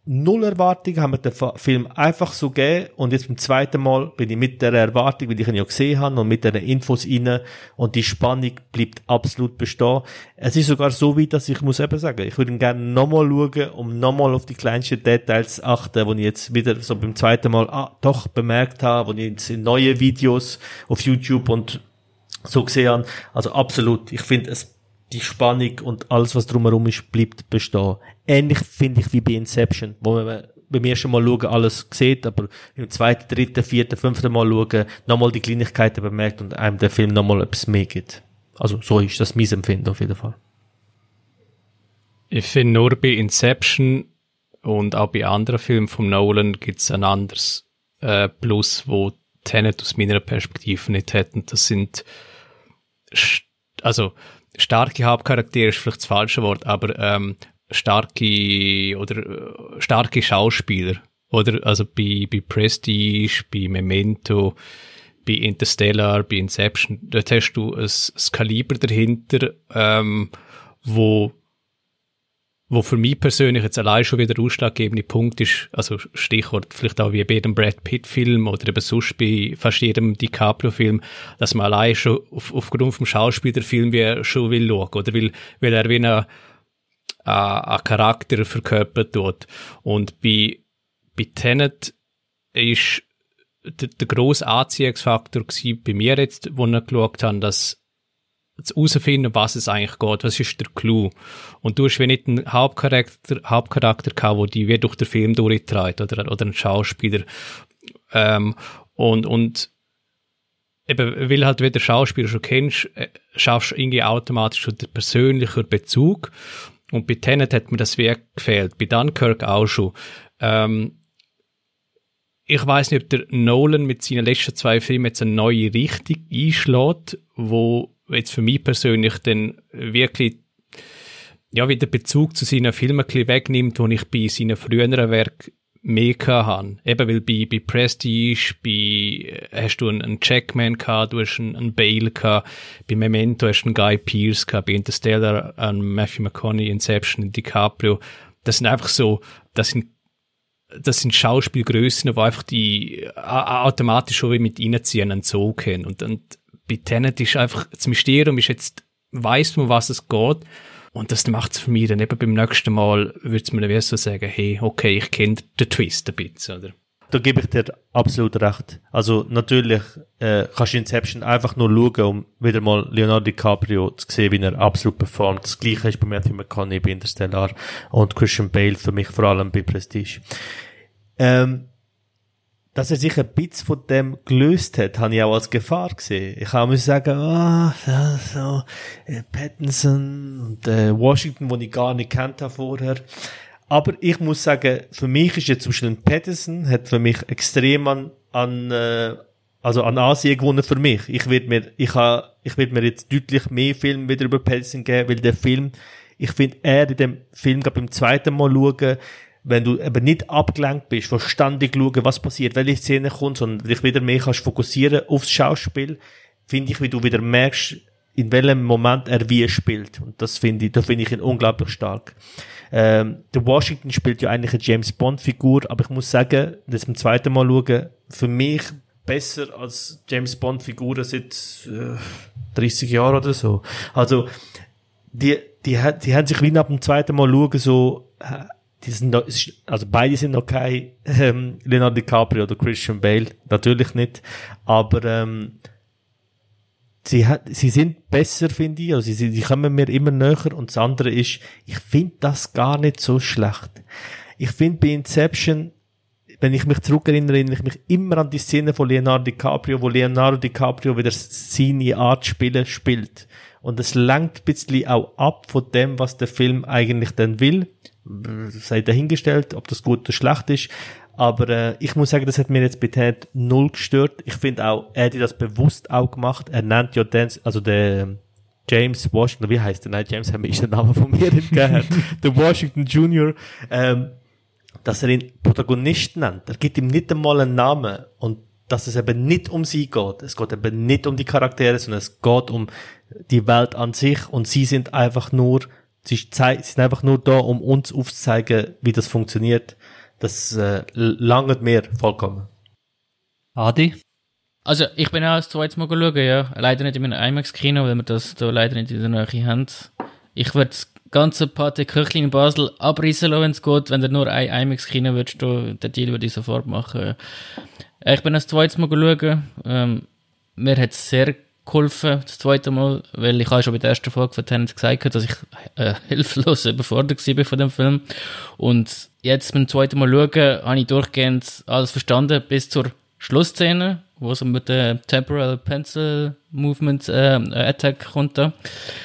null Erwartungen, haben wir den Fa- Film einfach so gegeben und jetzt beim zweiten Mal bin ich mit der Erwartung, weil ich ihn ja gesehen habe und mit den Infos rein und die Spannung bleibt absolut bestehen. Es ist sogar so weit, dass ich muss eben sagen, ich würde ihn gerne nochmal schauen, um nochmal auf die kleinsten Details zu achten, wo ich jetzt wieder so beim zweiten Mal ah, doch bemerkt habe, wo ich jetzt in neuen Videos auf YouTube und so gesehen habe. Also absolut, ich finde es die Spannung und alles, was drumherum ist, bleibt bestehen. Ähnlich finde ich wie bei Inception, wo man beim ersten Mal schauen alles sieht, aber im zweiten, dritten, vierten, fünften Mal schauen, nochmal die Kleinigkeiten bemerkt und einem der Film nochmal etwas mehr gibt. Also so ist das mein Empfinden auf jeden Fall. Ich finde, nur bei Inception und auch bei anderen Filmen von Nolan gibt es ein anderes äh, Plus, wo Tenet aus meiner Perspektive nicht hätten. Das sind st- also starke Hauptcharaktere ist vielleicht das falsche Wort, aber ähm, starke oder äh, starke Schauspieler. Oder also bei, bei Prestige, bei Memento, bei Interstellar, bei Inception, dort hast du ein, ein Kaliber dahinter, ähm, wo wo für mich persönlich jetzt allein schon wieder der ausschlaggebende Punkt ist, also Stichwort vielleicht auch wie bei jedem Brad Pitt-Film oder eben sonst bei fast jedem DiCaprio-Film, dass man allein schon auf, aufgrund vom Schauspiel der Film wie schon will schauen, oder weil, weil er wie einen ein Charakter verkörpert tut. Und bei, bei Tenet ist der, der grosse Anziehungsfaktor gewesen bei mir jetzt, wo ich geschaut habe, dass zu herausfinden, was es eigentlich geht, was ist der Clou. Und du hast wie nicht einen Hauptcharakter, Hauptcharakter gehabt, der die wie durch den Film durchträgt, oder, oder einen Schauspieler. Ähm, und, und eben, weil halt wie der Schauspieler schon kennst, äh, schaffst du irgendwie automatisch schon den persönlichen Bezug. Und bei Tenet hat mir das wirklich gefehlt. Bei Dunkirk auch schon. Ähm, ich weiss nicht, ob der Nolan mit seinen letzten zwei Filmen jetzt eine neue Richtung einschlägt, wo jetzt für mich persönlich dann wirklich ja wieder Bezug zu seinen Filmen ein bisschen wegnimmt, wo ich bei seinen früheren Werken mehr hatte. Eben weil bei, bei Prestige, bei, hast du einen, einen Jackman gehabt, du hast einen, einen Bale gehabt, bei Memento hast du einen Guy Pearce gehabt, bei Interstellar einen Matthew McConaughey, Inception, einen DiCaprio. Das sind einfach so, das sind das sind Schauspielgrössen, die einfach die a- automatisch schon mit reinziehen, einen Sog haben. Und, und bei Tenet ist einfach, das Mysterium ist jetzt, weiss man, was es geht. Und das macht es für mich dann eben beim nächsten Mal, würde es mir dann so sagen, hey, okay, ich kenne den Twist ein bisschen, oder? Da gebe ich dir absolut recht. Also natürlich äh, kannst du Inception einfach nur schauen, um wieder mal Leonardo DiCaprio zu sehen, wie er absolut performt. Das Gleiche ist bei Matthew McConaughey bei Interstellar und Christian Bale für mich vor allem bei Prestige. Ähm, dass er sich ein bisschen von dem gelöst hat, habe ich auch als Gefahr gesehen. Ich habe mir sagen, ah, oh, so, äh, Pattinson und äh, Washington, den ich gar nicht kennt habe vorher. Aber ich muss sagen, für mich ist jetzt zum Beispiel Pattinson, hat für mich extrem an, an, äh, also an Ansehen gewonnen für mich. Ich werde mir, ich ha, ich werde mir jetzt deutlich mehr Filme wieder über Pattinson geben, weil der Film, ich finde, er in dem Film, gerade beim zweiten Mal schauen, wenn du eben nicht abgelenkt bist, verständig schauen, was passiert, welche Szene kommt, sondern dich wieder mehr kannst fokussieren aufs Schauspiel, finde ich, wie du wieder merkst, in welchem Moment er wie spielt. Und das finde ich, da finde ich ihn unglaublich stark. Ähm, der Washington spielt ja eigentlich eine James-Bond-Figur, aber ich muss sagen, das beim zweiten Mal schauen, für mich besser als James-Bond-Figuren seit äh, dreißig Jahren oder so. Also, die, die, die haben sich wie nach dem zweiten Mal schauen so, die sind noch, also beide sind noch kein ähm, Leonardo DiCaprio oder Christian Bale, natürlich nicht, aber ähm, sie, hat, sie sind besser, finde ich, also sie, sie kommen mir immer näher und das andere ist, ich finde das gar nicht so schlecht. Ich finde bei Inception, wenn ich mich zurückerinnere, erinnere ich mich immer an die Szene von Leonardo DiCaprio, wo Leonardo DiCaprio wieder seine Art spielen spielt. Und es lenkt ein bisschen auch ab von dem, was der Film eigentlich dann will. Sei dahingestellt, ob das gut oder schlecht ist. Aber äh, ich muss sagen, das hat mir jetzt bei Tenet null gestört. Ich finde auch, er hat das bewusst auch gemacht. Er nennt ja den, also der James Washington, wie heißt der? Nein, James hat mir ist der Name von mir entgegen. Der Washington Junior, ähm, dass er ihn Protagonist nennt. Er gibt ihm nicht einmal einen Namen. Und dass es eben nicht um sie geht. Es geht eben nicht um die Charaktere, sondern es geht um die Welt an sich. Und sie sind einfach nur, sie sind einfach nur da, um uns aufzuzeigen, wie das funktioniert. Das äh, langt mir vollkommen. Adi? Also, ich bin auch das zweite Mal schauen, ja. Leider nicht in meinem IMAX-Kino, weil wir das da leider nicht in der Nähe haben. Ich würde das ganze Pate Köchlin in Basel abreißen lassen, wenn es geht. Wenn du nur ein IMAX-Kino würdest, den Deal würde ich sofort machen. Ja. Ich bin das zweite Mal schauen. Ähm, mir hat es sehr geholfen, das zweite Mal, weil ich habe schon bei der ersten Folge von Tenet gesagt, dass ich äh, hilflos überfordert war von dem Film. Und jetzt beim zweiten Mal schauen, habe ich durchgehend alles verstanden, bis zur Schlussszene, wo es mit der Temporal Pencil Movement äh, Attack kommt. Da.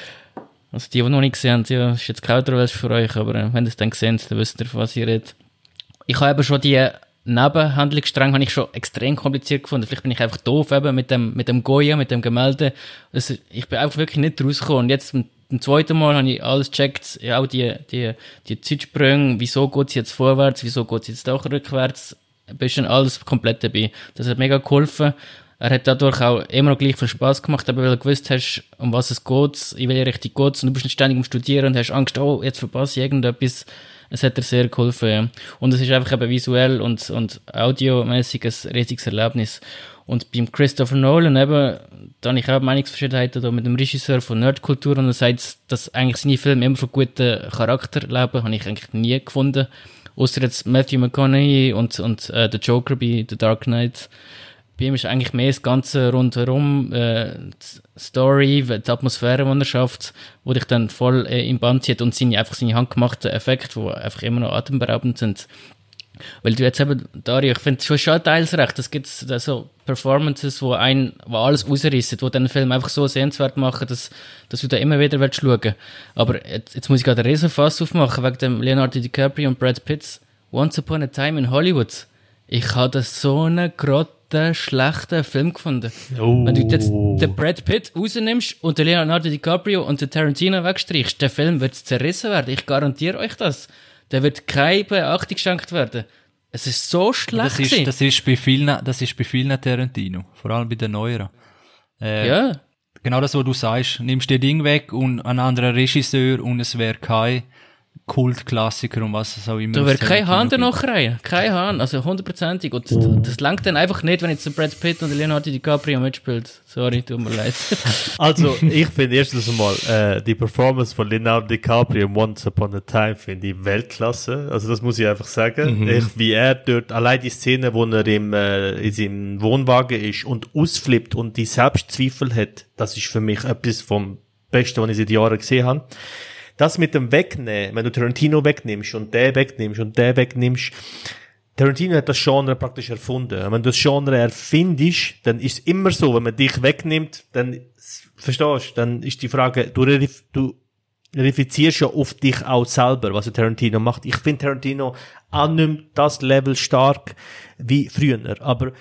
Also die, die noch nicht gesehen haben, ja, ist jetzt Kauderwelsch für euch, aber äh, wenn ihr es dann gesehen habt, dann wisst ihr, von was ihr redet. Ich habe eben schon die Nebenhandlungsstränge habe ich schon extrem kompliziert gefunden. Vielleicht bin ich einfach doof eben mit dem, mit dem Goya, mit dem Gemälde. Also ich bin einfach wirklich nicht rausgekommen. Und jetzt beim, beim zweiten Mal habe ich alles gecheckt, ja, auch die, die, die Zeitsprünge, wieso geht es jetzt vorwärts, wieso geht es jetzt auch rückwärts. Bist dann alles komplett dabei. Das hat mega geholfen. Er hat dadurch auch immer noch gleich viel Spass gemacht, aber weil du gewusst hast, um was es geht, in welche Richtung geht es, und du bist nicht ständig am Studieren und hast Angst, oh, jetzt verpasse ich irgendetwas. Es hat dir sehr geholfen, ja. Und es ist einfach eben visuell und, und audiomäßig ein riesiges Erlebnis. Und beim Christopher Nolan eben, da habe ich auch Meinungsverschiedenheiten da mit dem Regisseur von Nerdkultur, und er sagt, dass eigentlich seine Filme immer von guten Charakter leben, habe ich eigentlich nie gefunden. Ausser jetzt Matthew McConaughey und, und äh, der Joker bei The Dark Knight. Bei ihm ist eigentlich mehr das Ganze rundherum, äh, die Story, die Atmosphäre, die er schafft, wo dich dann voll äh, im Band zieht, und seine, einfach seine handgemachten Effekte, die einfach immer noch atemberaubend sind. Weil du jetzt eben, Dario, ich finde schon schon teils recht, es gibt so Performances, wo ein, wo alles rausreissen, wo den Film einfach so sehenswert machen, dass, dass du da immer wieder willst schauen. Aber jetzt, jetzt muss ich gerade einen Riesenfass aufmachen, wegen dem Leonardo DiCaprio und Brad Pitt. Once Upon a Time in Hollywood. Ich habe so einen grotten, schlechten Film gefunden. Oh. Wenn du jetzt den Brad Pitt rausnimmst und den Leonardo DiCaprio und den Tarantino wegstreichst, der Film wird zerrissen werden. Ich garantiere euch das. Der wird keine Beachtung geschenkt werden. Es ist so schlecht. Das ist, das ist bei vielen, das ist bei vielen Tarantino. Vor allem bei den neueren. Äh, ja. Genau das, was du sagst. Nimmst dir Ding weg und ein anderer Regisseur und es wäre kein Kultklassiker und was es auch immer. Da wird kein Hahn danach rein. Kein Hahn. Also hundertprozentig. Und oh. das langt dann einfach nicht, wenn jetzt der Brad Pitt und Leonardo DiCaprio mitspielt. Sorry, tut mir leid. Also, ich finde erstens einmal, äh, die Performance von Leonardo DiCaprio in Once Upon a Time finde ich Weltklasse. Also, das muss ich einfach sagen. Mhm. Ich, wie er dort, allein die Szene, wo er im, äh, in seinem Wohnwagen ist und ausflippt und die Selbstzweifel hat, das ist für mich etwas vom Besten, was ich seit Jahren gesehen habe. Das mit dem Wegnehmen, wenn du Tarantino wegnimmst und der wegnimmst und der wegnimmst, Tarantino hat das Genre praktisch erfunden. Wenn du das Genre erfindest, dann ist es immer so, wenn man dich wegnimmt, dann, verstehst du, dann ist die Frage, du, du refizierst ja auf dich auch selber, was der Tarantino macht. Ich finde, Tarantino annimmt das Level stark wie früher, aber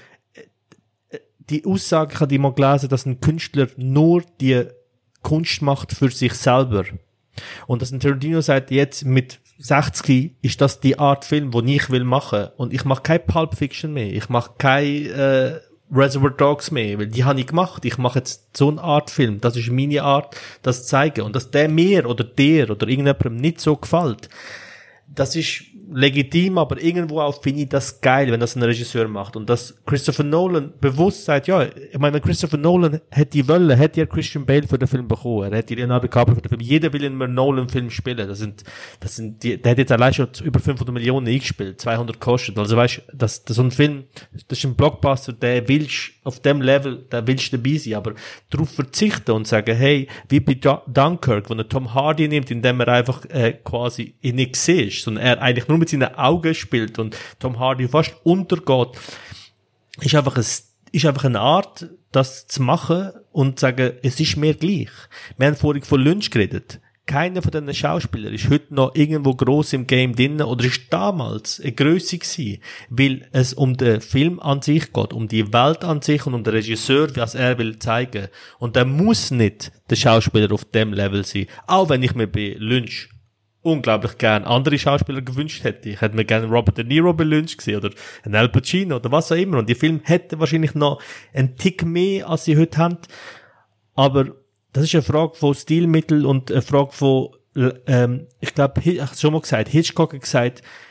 die Aussage, ich habe die mal gelesen, dass ein Künstler nur die Kunst macht für sich selber. Und dass ein Tarantino sagt, jetzt mit sechzig ist das die Art Film, die ich will machen. Und ich mache kein Pulp Fiction mehr. Ich mache kein äh, Reservoir Dogs mehr, weil die habe ich gemacht. Ich mache jetzt so eine Art Film. Das ist meine Art, das zu zeigen. Und dass der mir oder der oder irgendjemandem nicht so gefällt, das ist legitim, aber irgendwo auch finde ich das geil, wenn das ein Regisseur macht. Und dass Christopher Nolan bewusst sagt, ja, ich meine, wenn Christopher Nolan hätte die Wölle, hätte er Christian Bale für den Film bekommen, er hätte Leonardo DiCaprio für den Film. Jeder will in einem Nolan-Film spielen. Das sind, das sind, die, der hat jetzt allein schon über fünfhundert Millionen eingespielt, zweihundert kostet. Also weißt, das, das so ein Film, das ist ein Blockbuster, der willst, auf dem Level, da willst du dabei sein, aber darauf verzichten und sagen, hey, wie bei Dunkirk, wo er Tom Hardy nimmt, indem er einfach, äh, quasi ihn nicht sieht, sondern er eigentlich nur mit seinen Augen spielt und Tom Hardy fast untergeht, ist einfach ein, ist einfach eine Art, das zu machen und zu sagen, es ist mir gleich. Wir haben vorhin von Lynch geredet. Keiner von diesen Schauspielern ist heute noch irgendwo gross im Game drin oder ist damals eine Grösse gewesen, weil es um den Film an sich geht, um die Welt an sich und um den Regisseur, was er will zeigen. Und der muss nicht der Schauspieler auf dem Level sein. Auch wenn ich mir bei Lynch unglaublich gern andere Schauspieler gewünscht hätte. Ich hätte mir gerne Robert De Niro bei Lynch gesehen oder ein Al Pacino oder was auch immer. Und die Filme hätten wahrscheinlich noch einen Tick mehr, als sie heute haben. Aber das ist eine Frage von Stilmittel und eine Frage von, ähm, ich glaube, ich habe es schon mal gesagt, Hitchcock hat gesagt,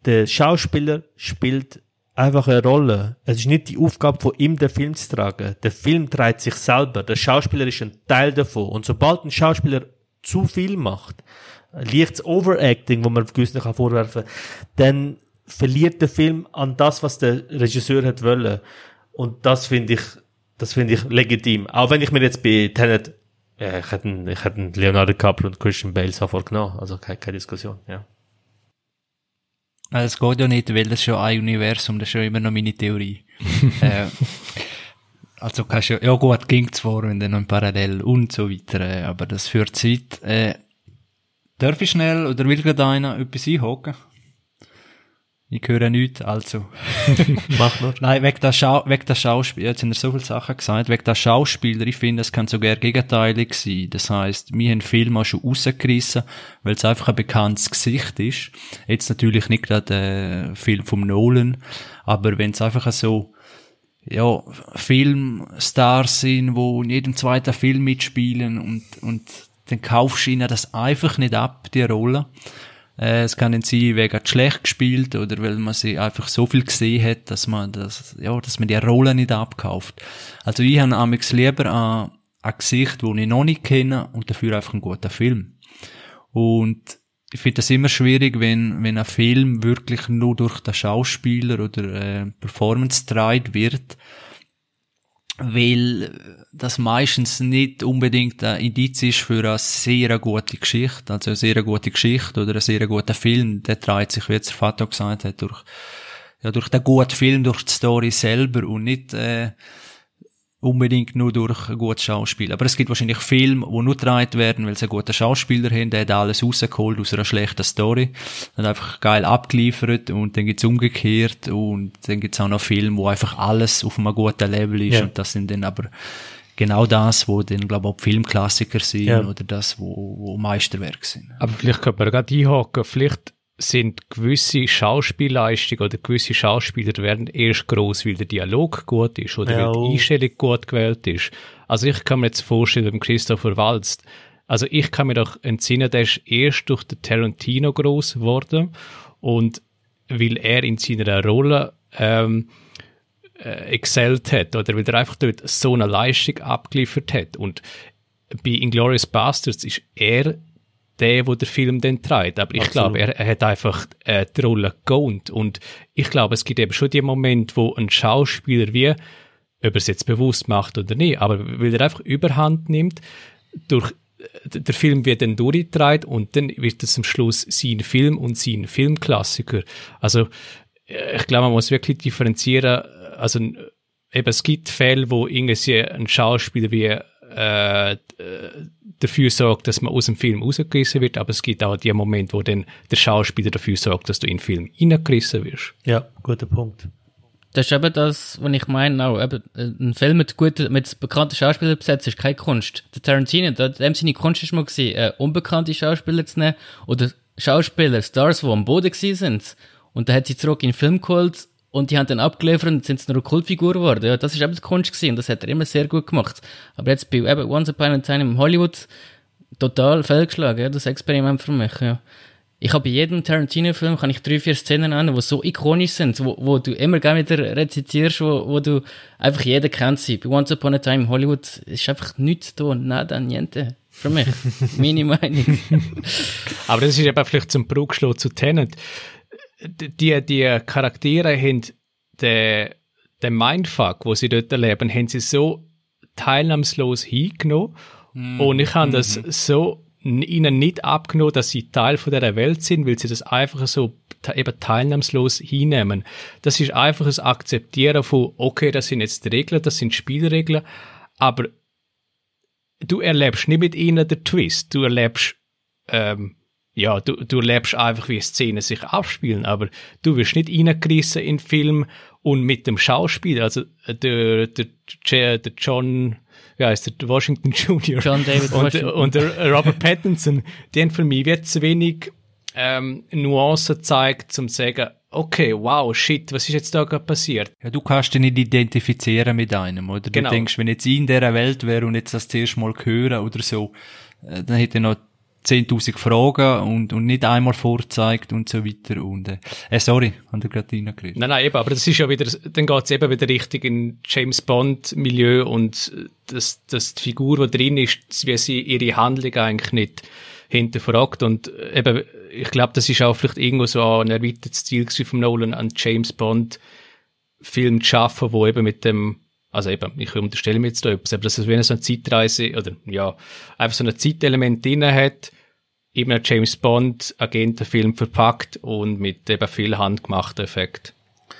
der Schauspieler spielt einfach eine Rolle. Es ist nicht die Aufgabe von ihm, den Film zu tragen. Der Film trägt sich selber. Der Schauspieler ist ein Teil davon. Und sobald ein Schauspieler zu viel macht, leichtes Overacting, wo man gewissen kann vorwerfen, dann verliert der Film an das, was der Regisseur hat wollen. Und das finde ich, das finde ich legitim. Auch wenn ich mir jetzt bei Tenet, ja, ich hätte, ich hätte Leonardo DiCaprio und Christian Bale sofort genommen. Also keine, keine Diskussion, ja. Also es geht ja nicht, weil das ist schon ein Universum, das ist schon immer noch meine Theorie. äh, also kannst du, ja gut, ging zwar, wenn dann noch parallel und so weiter, äh, aber das führt Zeit. Äh, darf ich schnell, oder will gerade einer etwas einhaken? Ich höre nichts, also. Mach nur. Nein, wegen der, Schau- wegen der Schauspieler, jetzt sind ja so viele Sachen gesagt, wegen der Schauspieler, ich finde, es kann sogar gegenteilig sein. Das heisst, wir haben den Film auch schon rausgerissen, weil es einfach ein bekanntes Gesicht ist. Jetzt natürlich nicht gerade der Film vom Nolan, aber wenn es einfach so, ja, Filmstars sind, wo in jedem zweiten Film mitspielen und, und dann kaufst du ihnen das einfach nicht ab, die Rolle. Äh, es kann dann sein, wegen schlecht gespielt oder weil man sie einfach so viel gesehen hat, dass man das, ja, dass man die Rolle nicht abkauft. Also ich habe amigs lieber ein, ein Gesicht, das ich noch nicht kenne und dafür einfach einen guten Film. Und ich finde das immer schwierig, wenn, wenn ein Film wirklich nur durch den Schauspieler oder äh, Performance getragen wird, weil das meistens nicht unbedingt ein Indiz ist für eine sehr gute Geschichte, also eine sehr gute Geschichte oder ein sehr guter Film, der trägt sich, wie jetzt der Fato gesagt hat, durch, ja, durch den guten Film, durch die Story selber und nicht äh, unbedingt nur durch ein gutes Schauspiel. Aber es gibt wahrscheinlich Filme, die nur getragen werden, weil sie einen guten Schauspieler haben, der hat alles rausgeholt aus einer schlechten Story, hat einfach geil abgeliefert und dann gibt's umgekehrt und dann gibt's auch noch Filme, wo einfach alles auf einem guten Level ist ja. Und das sind dann aber genau das, wo dann, glaube ich, auch Filmklassiker sind ja. Oder das, wo, wo Meisterwerke sind. Aber vielleicht könnte man gerade einhaken, vielleicht sind gewisse Schauspielleistungen oder gewisse Schauspieler werden erst gross, weil der Dialog gut ist oder ja. weil die Einstellung gut gewählt ist. Also ich kann mir jetzt vorstellen, beim Christopher Waltz, also ich kann mir doch entsinnen, der ist erst durch den Tarantino gross geworden und weil er in seiner Rolle ähm, äh, excellt hat oder weil er einfach dort so eine Leistung abgeliefert hat. Und bei Inglourious Basterds ist er der, wo der Film dann trägt. Aber ich glaube, er, er hat einfach äh, die Rolle geowned. Und ich glaube, es gibt eben schon die Momente, wo ein Schauspieler wie, ob er es jetzt bewusst macht oder nicht, aber weil er einfach Überhand nimmt, durch, der Film wird dann durchgetragen und dann wird es am Schluss sein Film und sein Filmklassiker. Also ich glaube, man muss wirklich differenzieren. Also eben, es gibt Fälle, wo irgendwie ein Schauspieler wie äh, dafür sorgt, dass man aus dem Film rausgerissen wird, aber es gibt auch die Momente, wo dann der Schauspieler dafür sorgt, dass du in den Film reingerissen wirst. Ja, guter Punkt. Das ist eben das, was ich meine, auch eben, ein Film mit guten, mit bekannten Schauspielern besetzt ist keine Kunst. Der Tarantino, in dem seine Kunst ist mal gewesen, äh, unbekannte Schauspieler zu nehmen oder Schauspieler, Stars, die am Boden gewesen sind und dann hat sie zurück in den Film geholt und die haben dann abgeliefert und sind eine Kultfigur geworden. Ja, das ist eben die Kunst gewesen und das hat er immer sehr gut gemacht. Aber jetzt bei eben Once Upon a Time in Hollywood total fehlgeschlagen, ja, das Experiment für mich, ja. Ich habe bei jedem Tarantino-Film kann ich drei, vier Szenen an, die so ikonisch sind, wo, wo du immer gerne wieder rezitierst, wo, wo du einfach jeder kennt sie. Bei Once Upon a Time in Hollywood ist einfach nichts da, nada, niente. Für mich. Meine Meinung. Aber das ist eben vielleicht zum Bruch geschlagen zu Tenet. Die, die Charaktere haben den, den Mindfuck, den sie dort erleben, haben sie so teilnahmslos hingenommen. Mm. Und ich habe mm-hmm. das so ihnen nicht abgenommen, dass sie Teil von dieser Welt sind, weil sie das einfach so eben teilnahmslos hinnehmen. Das ist einfach ein Akzeptieren von, okay, das sind jetzt die Regeln, das sind Spielregeln, aber du erlebst nicht mit ihnen den Twist. Du erlebst ähm, ja, du, du erlebst einfach, wie Szenen sich abspielen, aber du wirst nicht reingerissen in den Film und mit dem Schauspieler, also der, der, der John, wie heißt der, Washington Junior John David und, Washington. Und der Robert Pattinson, die haben für mich wird zu wenig ähm, Nuancen gezeigt, um zu sagen, okay, wow, shit, was ist jetzt da gerade passiert? Ja, du kannst dich nicht identifizieren mit einem, oder? Genau. Du denkst, wenn jetzt ich in dieser Welt wäre und jetzt das zuerst mal hören oder so, dann hätte ich noch zehntausend Fragen und, und nicht einmal vorzeigt und so weiter. Und, äh, äh sorry, haben wir gerade reingeredet. Nein, nein, eben, aber das ist ja wieder, dann geht's eben wieder richtig in James Bond Milieu und dass, dass die Figur, die drin ist, wie sie ihre Handlung eigentlich nicht hinterfragt. Und eben, ich glaube, das ist auch vielleicht irgendwo so ein erweitertes Ziel von Nolan, an James Bond Film zu schaffen, wo eben mit dem, also eben, ich unterstelle mir jetzt da etwas, aber dass es wie so eine Zeitreise, oder ja, einfach so ein Zeitelement drin hat, eben ein James Bond Agentenfilm verpackt und mit eben viel handgemachten Effekt.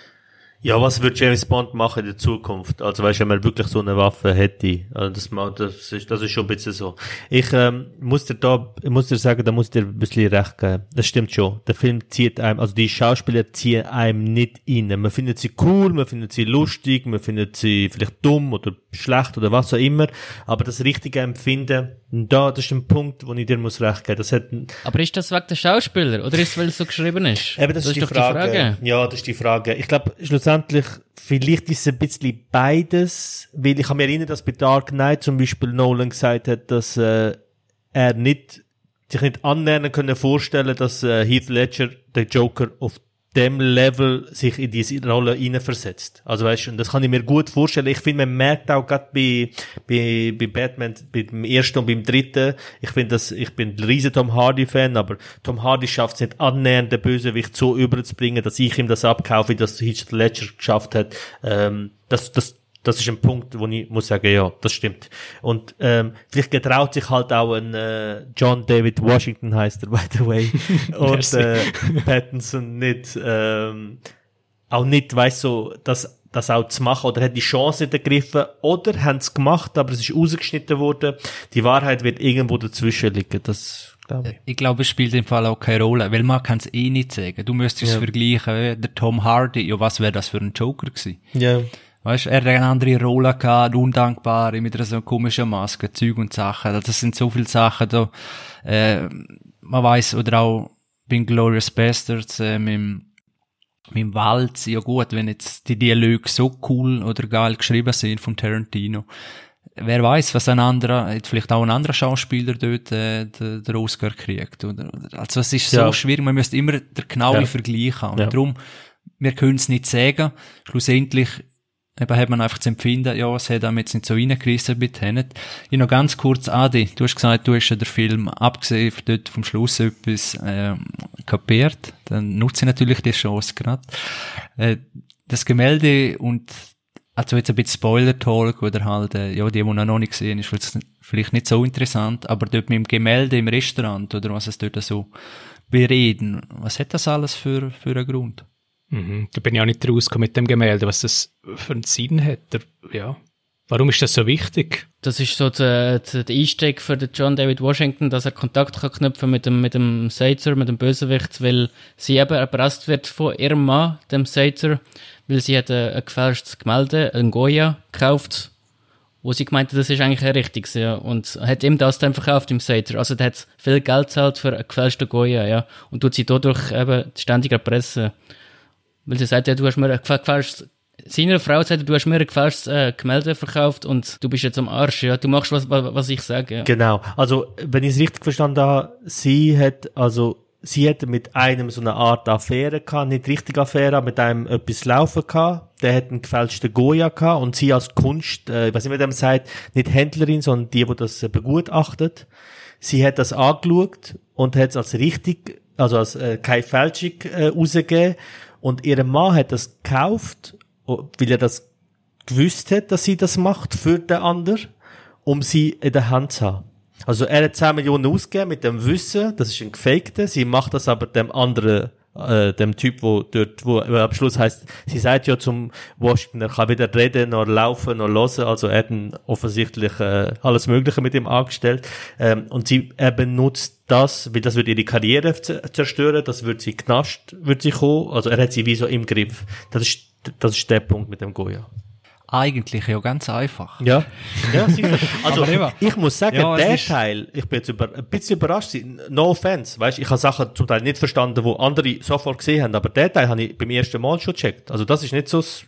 Ja, was wird James Bond machen in der Zukunft? Also, weißt du, wenn man wirklich so eine Waffe hätte, also das, das ist, das ist schon ein bisschen so. Ich, ähm, muss dir da, ich muss dir sagen, da muss ich dir ein bisschen recht geben. Das stimmt schon. Der Film zieht einem, also die Schauspieler ziehen einem nicht rein. Man findet sie cool, man findet sie lustig, man findet sie vielleicht dumm oder schlecht oder was auch immer. Aber das richtige Empfinden, da, das ist ein Punkt, wo ich dir muss recht geben. Das hat, aber ist das wegen der Schauspieler? Oder ist es, weil es so geschrieben ist? Eben, das, das ist, ist die, Frage. die Frage. Ja, das ist die Frage. Ich glaube, schlussendlich, vielleicht ist es ein bisschen beides, weil ich kann mich erinnern, dass bei Dark Knight zum Beispiel Nolan gesagt hat, dass äh, er nicht, sich nicht annähernd können vorstellen, dass äh, Heath Ledger, der Joker, auf dem Level sich in diese Rolle hineinversetzt. Also weißt du, und das kann ich mir gut vorstellen. Ich finde, man merkt auch gerade bei, bei, bei Batman, beim ersten und beim dritten, ich finde das, ich bin ein riesen Tom Hardy-Fan, aber Tom Hardy schafft es nicht annähernd, den Bösewicht so überzubringen, dass ich ihm das abkaufe, wie das Heath Ledger geschafft hat. Ähm, das, das, das ist ein Punkt, wo ich muss sagen, ja, das stimmt. Und ähm, vielleicht getraut sich halt auch ein äh, John David Washington, heißt er, by the way, und äh, Pattinson nicht, ähm, auch nicht, weißt so, das, das auch zu machen, oder hat die Chance nicht ergriffen, oder haben es gemacht, aber es ist rausgeschnitten worden. Die Wahrheit wird irgendwo dazwischen liegen, das glaube ich. Ich glaube, es spielt im Fall auch keine Rolle, weil man kann es eh nicht sagen. Du müsstest es ja vergleichen, der Tom Hardy, ja, was wäre das für ein Joker gewesen? Ja. Weißt, er hat eine andere Rolle gehabt, undankbar, mit einer so komischen Maske, Zeug und Sachen. Das sind so viele Sachen da, äh, man weiss, oder auch bei Glorious Bastards, äh, mit dem, mit dem Walz, ja gut, wenn jetzt die Dialoge so cool oder geil geschrieben sind von Tarantino, wer weiß, was ein anderer, vielleicht auch ein anderer Schauspieler dort, äh, den, den Oscar kriegt, oder? Also es ist so ja. schwierig, man müsste immer den genauen ja. Vergleich haben. Und ja. darum, wir können es nicht sagen, schlussendlich, eben hat man einfach zu empfinden, ja, es hat einem jetzt nicht so reingerissen bei Tenet. Ich noch ganz kurz, Adi, du hast gesagt, du hast ja den Film, abgesehen dort vom Schluss etwas äh, kapiert. Dann nutze ich natürlich die Chance gerade. Äh, das Gemälde und, also jetzt ein bisschen Spoiler-Talk oder halt, äh, ja, die, die noch nicht gesehen ist, vielleicht nicht so interessant, aber dort mit dem Gemälde im Restaurant oder was es dort so bereden, was hat das alles für, für einen Grund? Mhm. Da bin ich auch nicht rausgekommen mit dem Gemälde, was das für einen Sinn hat. Der, ja. Warum ist das so wichtig? Das ist so der, der Einstieg für den John David Washington, dass er Kontakt kann knüpfen mit dem, mit dem Sator, mit dem Bösewicht, weil sie eben erpresst wird von ihrem Mann, dem Sator, weil sie hat ein, ein gefälschtes Gemälde, ein Goya, gekauft, wo sie gemeint hat, das ist eigentlich ein richtiges, ja, und hat ihm das dann verkauft, im Sator. Also der hat viel Geld gezahlt für ein gefälschtes Goya, ja, und tut sie dadurch eben ständig erpressen. Weil sie sagt, ja, du hast mir ein gefälschtes, seiner Frau sagt, du hast mir ein gefälschtes äh, Gemälde verkauft und du bist jetzt am Arsch, ja, du machst was, was ich sage. Ja. Genau, also, wenn ich es richtig verstanden habe, sie hat, also, sie hat mit einem so eine Art Affäre gehabt, nicht richtig Affäre, mit einem etwas laufen gehabt, der hat einen gefälschten Goya gehabt und sie als Kunst, äh, ich weiß nicht, wie man dem sagt, nicht Händlerin, sondern die, die das äh, begutachtet, sie hat das angeschaut und hat es als richtig, also als äh, keine Fälschung äh, rausgegeben. Und ihr Mann hat das gekauft, weil er das gewusst hat, dass sie das macht für den anderen, um sie in der Hand zu haben. Also er hat zehn Millionen ausgegeben mit dem Wissen, das ist ein Gefakter, sie macht das aber dem anderen, äh, dem Typ, wo dort, wo äh, am Schluss heisst, sie sagt ja zum Washington, er kann weder reden, noch laufen, noch hören, also er hat offensichtlich äh, alles Mögliche mit ihm angestellt, ähm, und sie er benutzt das, weil das würde ihre Karriere zerstören, das würde sie knast, würde sie kommen, also er hat sie wie so im Griff. Das ist, das ist der Punkt mit dem Goya. Eigentlich ja ganz einfach. Ja, ja sicher. Also ich muss sagen, ja, der Teil, ich bin jetzt über, ein bisschen überrascht, no offense, weißt, ich habe Sachen zum Teil nicht verstanden, wo andere sofort gesehen haben, aber der Teil habe ich beim ersten Mal schon gecheckt. Also das ist nicht so, das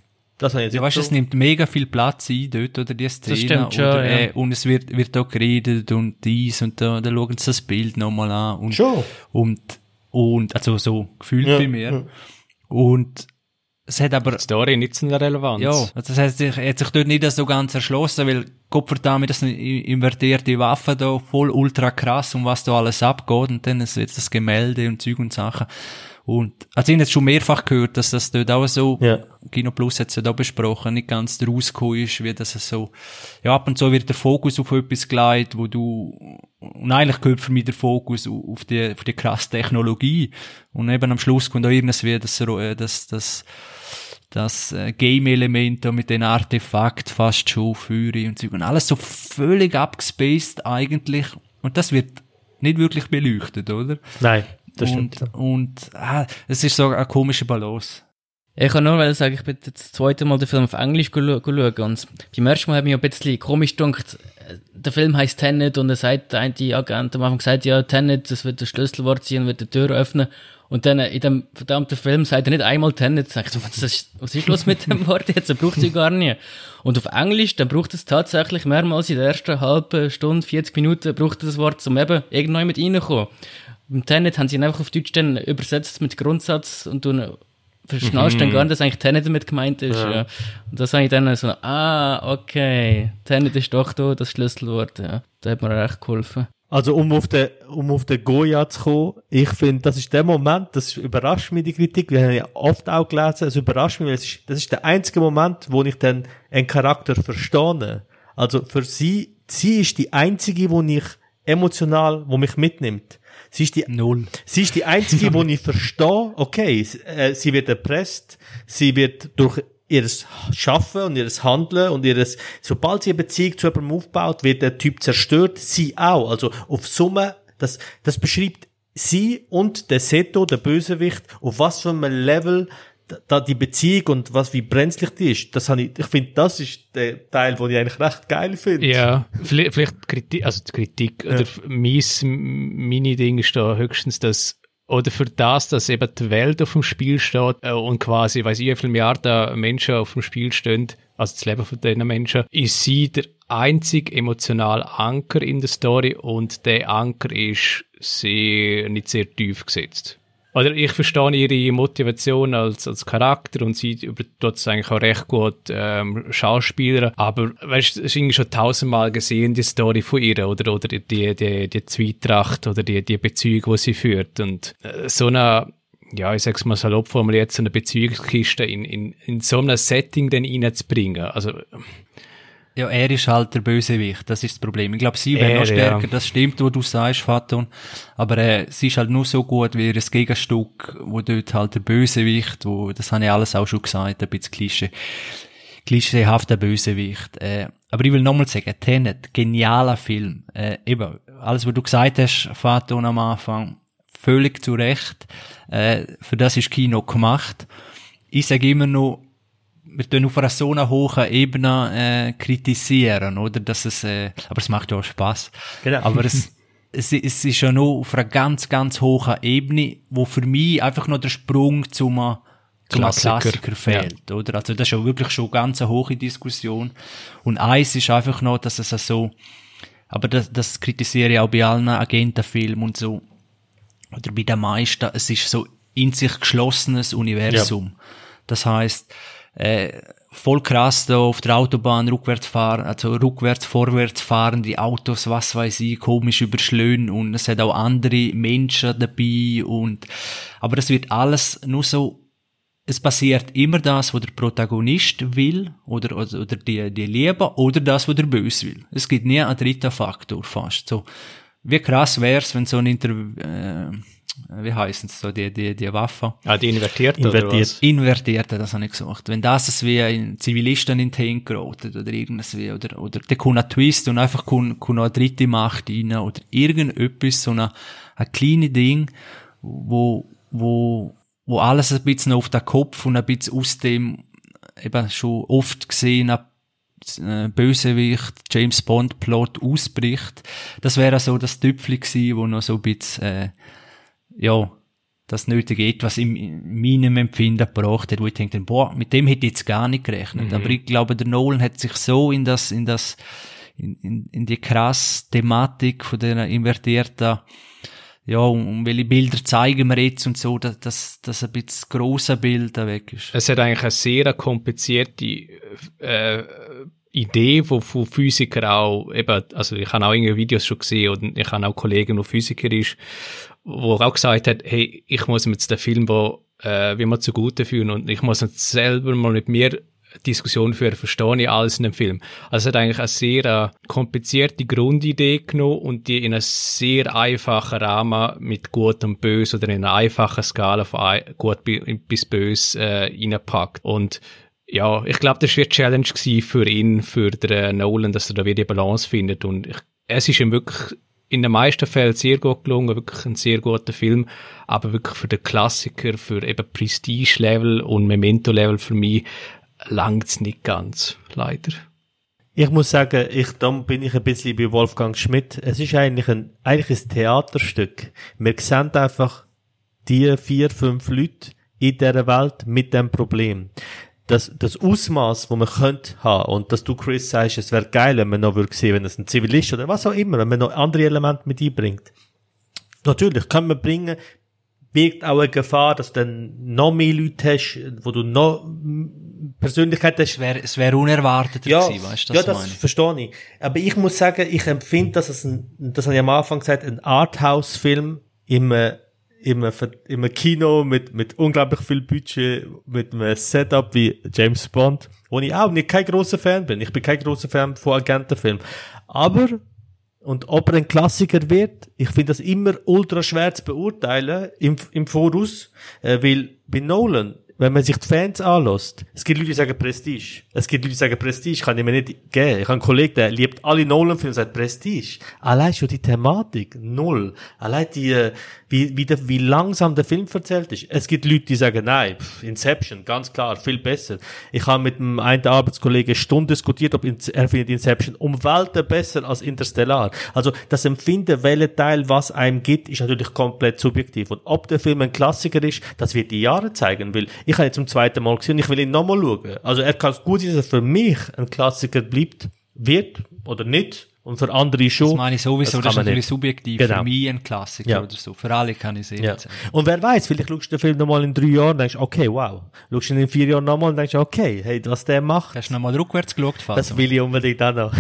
Das habe ich jetzt Ja, weißt du, so. es nimmt mega viel Platz ein dort, oder die Szene. Das stimmt schon, oder, äh, ja. Und es wird, wird auch geredet und dies und da, da schauen sie das Bild nochmal an. Und, Schon. Und, und, also so gefühlt Ja, bei mir. ja. Und es hat aber, Die Story nicht so eine Relevanz. ja, also das heißt, er hat sich dort nicht so ganz erschlossen, weil Gottverdammt, das sind invertierte Waffen da, voll ultra krass, um was da alles abgeht, und dann ist jetzt das Gemälde und Zeug und Sachen. Und, also ich habe jetzt schon mehrfach gehört, dass das dort auch so, Ja. Kino Plus hat es ja da besprochen, nicht ganz rausgekommen ist, wie das so, ja, ab und zu wird der Fokus auf etwas gelegt, wo du, und eigentlich gehört für mich der Fokus auf die, auf die krasse Technologie, und eben am Schluss kommt auch irgendwie das, äh, das, das, das äh, Game-Element da mit den Artefakt fast schon führe und Zeug, und alles so völlig abgespaced eigentlich, und das wird nicht wirklich beleuchtet, oder? Nein, das und, stimmt. und, ah, es ist so eine komische Balance. Ich kann nur sagen, ich bin jetzt das zweite Mal den Film auf Englisch geschaut und beim ersten Mal hat mich ein bisschen komisch gedacht, der Film heisst Tenet und er sagt, der eine Agent am Anfang gesagt, ja, Tenet, das wird das Schlüsselwort sein und wird die Tür öffnen. Und dann in dem verdammten Film sagt er nicht einmal Tenet. Sag ich so, was ist, was ist los mit dem Wort jetzt? Er braucht sie gar nicht. Und auf Englisch, dann braucht es tatsächlich mehrmals in der ersten halben Stunde, vierzig Minuten, braucht er das Wort, um eben irgendwann mit reinzukommen. Beim Tenet haben sie ihn einfach auf Deutsch dann übersetzt mit Grundsatz und du verstehst dann gar nicht, dass eigentlich Tenet damit gemeint ist. Ja. Ja. Und das habe ich dann so, ah, okay, Tenet ist doch da, das Schlüsselwort. Ja. Da hat mir recht geholfen. Also, um auf den, um auf den Goya zu kommen, ich finde, das ist der Moment, das überrascht mich, die Kritik, wir haben ja oft auch gelesen, es überrascht mich, weil es ist, das ist der einzige Moment, wo ich dann einen Charakter verstehe. Also, für sie, sie ist die einzige, wo ich emotional, wo mich mitnimmt. Sie ist die, Null. Sie ist die einzige, wo ich verstehe, okay, sie, äh, sie wird erpresst, sie wird durch ihres Schaffen und ihres Handeln und ihres, sobald sie eine Beziehung zu jemandem aufbaut, wird der Typ zerstört, sie auch. Also auf Summe, das, das beschreibt sie und der Seto, der Bösewicht, auf was für einem Level da die Beziehung und was, wie brenzlig die ist. Das habe ich, ich finde, das ist der Teil, den ich eigentlich recht geil finde. Ja, vielleicht, vielleicht Kritik, also die Kritik, Ja. oder mies, meine Ding ist da höchstens, dass, oder für das, dass eben die Welt auf dem Spiel steht äh, und quasi, weiss ich, wie viele Milliarden Menschen auf dem Spiel stehen, also das Leben von diesen Menschen, ist sie der einzige emotionale Anker in der Story und der Anker ist sehr, nicht sehr tief gesetzt. Oder ich verstehe ihre Motivation als, als Charakter und sie tut es eigentlich auch recht gut ähm, Schauspieler, aber weißt du, es ist irgendwie schon tausendmal gesehen, die Story von ihr, oder, oder die, die, die Zwietracht oder die, die Beziehung, die sie führt. Und äh, so eine, ja, ich sag's mal salopp formuliert, so eine Beziehungskiste in, in, in so einem Setting dann reinzubringen. Also, Ja, er ist halt der Bösewicht, das ist das Problem. Ich glaube, sie wäre Er, noch stärker, ja. das stimmt, was du sagst, Faton. Aber äh, sie ist halt nur so gut wie ihr Gegenstück, wo dort halt der Bösewicht, wo, das habe ich alles auch schon gesagt, ein bisschen Klischee, klischeehafter Bösewicht. Äh, aber ich will nochmal sagen, Tenet, genialer Film. Äh, eben, alles, was du gesagt hast, Faton am Anfang, völlig zu Recht. Äh, für das ist Kino gemacht. Ich sage immer noch, wir tun auf einer so einer hohen Ebene äh, kritisieren, oder? Dass es, äh, aber es macht ja auch Spaß. Genau. Aber es, es, es ist ja nur auf einer ganz, ganz hohen Ebene, wo für mich einfach noch der Sprung zum, zum Klassiker. Klassiker fehlt, oder? Also das ist ja wirklich schon ganz eine hohe Diskussion. Und eins ist einfach noch, dass es so, aber das, das kritisiere ich auch bei allen Agentenfilmen und so, oder bei den meisten, es ist so in sich geschlossenes Universum. Ja. Das heisst, Äh, voll krass da auf der Autobahn rückwärts fahren, also rückwärts, vorwärts fahren die Autos, was weiß ich, komisch überschlönen und es hat auch andere Menschen dabei und, aber es wird alles nur so, es passiert immer das, was der Protagonist will oder, oder, oder die, die Liebe oder das, was der Böse will. Es gibt nie einen dritten Faktor fast. So, wie krass wär's, wenn so ein Inter, äh, wie heissen es so, die, die, die Waffe? ah, die invertiert, Invertiert. oder was? Invertierte, das habe ich gesagt. Wenn das es wie ein Zivilisten in die Hände geraten oder irgendwas wie, oder, oder der kommt ein Twist und einfach kommt, kommt noch eine dritte Macht rein oder irgendetwas, so eine, ein kleines Ding, wo, wo, wo alles ein bisschen auf den Kopf und ein bisschen aus dem, eben schon oft gesehen, äh, Bösewicht, James Bond Plot ausbricht. Das wäre so das Tüpfchen gewesen, wo noch so ein bisschen, äh, ja, das nötige Etwas in, in meinem Empfinden gebracht hat, wo ich denke, boah, mit dem hätte ich jetzt gar nicht gerechnet. Mhm. Aber ich glaube, der Nolan hat sich so in das, in das, in, in, in die krasse Thematik von der invertierten, ja, um, um welche Bilder zeigen wir jetzt und so, dass, dass, dass ein bisschen das grosse Bild da weg ist. Es hat eigentlich eine sehr komplizierte äh, Idee, wo von Physikern auch, eben, also ich habe auch irgendwie Videos schon gesehen und ich habe auch Kollegen, der Physiker ist, wo er auch gesagt hat, hey, ich muss mir jetzt den Film, wo, äh, wie man zugute fühlen und ich muss jetzt selber mal mit mir Diskussion führen, verstehe ich alles in dem Film. Also es hat eigentlich eine sehr äh, komplizierte Grundidee genommen und die in einen sehr einfachen Rahmen mit Gut und Böse oder in einer einfachen Skala von ein, Gut bis Böse äh, reingepackt. Und ja, ich glaube, das war eine Challenge gewesen für ihn, für den Nolan, dass er da wieder die Balance findet. Und ich, es ist ihm wirklich in den meisten Fällen sehr gut gelungen, wirklich ein sehr guter Film, aber wirklich für den Klassiker, für eben Prestige-Level und Memento-Level für mich langt's nicht ganz, leider. Ich muss sagen, ich, da bin ich ein bisschen bei Wolfgang Schmidt. Es ist eigentlich ein, eigentlich ein Theaterstück. Wir sehen einfach die vier, fünf Leute in dieser Welt mit dem Problem. Das, das Ausmaß, das man könnte haben, und dass du, Chris, sagst, es wäre geil, wenn man noch würde sehen, wenn es ein Zivilist oder was auch immer, wenn man noch andere Elemente mit einbringt. Natürlich, kann man bringen, birgt auch eine Gefahr, dass du dann noch mehr Leute hast, wo du noch Persönlichkeit hast. Es wäre, es wäre unerwartet ja, gewesen, weißt du, das das Ja, das meine ich. verstehe ich. Aber ich muss sagen, ich empfinde, dass es ein, das habe ich am Anfang gesagt, ein Arthouse-Film im, im, im Kino mit, mit unglaublich viel Budget, mit einem Setup wie James Bond, wo ich auch nicht kein grosser Fan bin. Ich bin kein grosser Fan von Agentenfilmen. Aber, und ob er ein Klassiker wird, ich finde das immer ultra schwer zu beurteilen im, im Voraus, äh, weil bei Nolan, wenn man sich die Fans anlässt, es gibt Leute, die sagen Prestige. Es gibt Leute, die sagen Prestige, kann ich mir nicht geben. Ich habe einen Kollegen, der liebt alle Nolan-Filme und sagt Prestige. Allein schon die Thematik, null. Allein die, wie, wie, der, wie langsam der Film erzählt ist. Es gibt Leute, die sagen, nein, pff, Inception, ganz klar, viel besser. Ich habe mit einem einen Arbeitskollegen Stunden diskutiert, ob er findet Inception um Welten besser als Interstellar. Also, das Empfinden, welcher Teil was einem gibt, ist natürlich komplett subjektiv. Und ob der Film ein Klassiker ist, das wird die Jahre zeigen, weil ich habe ihn zum zweiten Mal gesehen und ich will ihn nochmal schauen. Also, er kann es gut sein, dass er für mich ein Klassiker bleibt, wird oder nicht. Und für andere schon. Das meine ich sowieso, das, das ist natürlich nicht. Subjektiv. Genau. Für mich ein Klassiker ja. oder so. Für alle kann ich sehen. Ja. Und wer weiß, vielleicht schaust du den Film nochmal in drei Jahren und denkst, okay, wow. Schaust du ihn in vier Jahren nochmal und denkst, okay, hey, was der macht. Hast du nochmal rückwärts geschaut, Vater? Das will ich unbedingt auch noch.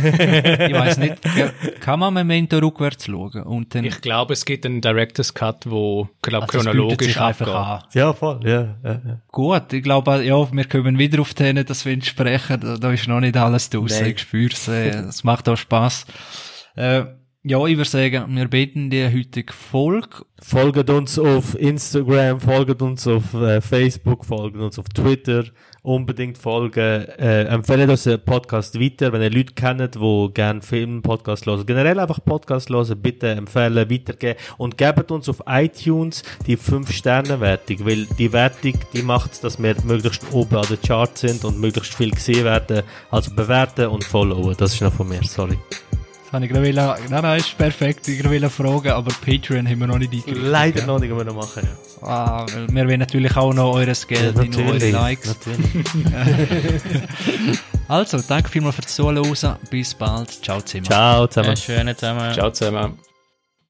Ich weiss nicht, kann man Memento rückwärts schauen? Und dann ich glaube, es gibt einen Director's Cut, wo, glaube chronologisch einfach an. Ja, voll, ja, ja, ja. Gut, ich glaube, ja, wir kommen wieder auf denen, dass wir sprechen. Da, da ist noch nicht alles draussen. Ich spüre es. Es macht auch Spass. Äh, ja, ich würde sagen, wir beten die heutige Folge. Folgt uns auf Instagram, folgt uns auf äh, Facebook, folgt uns auf Twitter. Unbedingt folgen. Äh, empfehlen uns den Podcast weiter, wenn ihr Leute kennt, die gerne Film-Podcast hören. Generell einfach Podcast hören, bitte empfehlen, weitergeben. Und gebt uns auf iTunes die fünf Sterne Wertung, weil die Wertung, die macht, dass wir möglichst oben an den Charts sind und möglichst viel gesehen werden. Also bewerten und followen. Das ist noch von mir, sorry. Das habe ich gerade wollen, nein, nein, ist perfekt, ich wollte fragen, aber Patreon haben wir noch nicht eingerichtet. Leider ja. noch nicht, können wir noch machen, ja. Ah, weil wir wollen natürlich auch noch eures Geld ja, in eure Likes. Natürlich. Also, danke vielmals fürs Zuhören, bis bald, ciao zusammen. Ciao zusammen. Ja, schön zusammen. Ciao zusammen.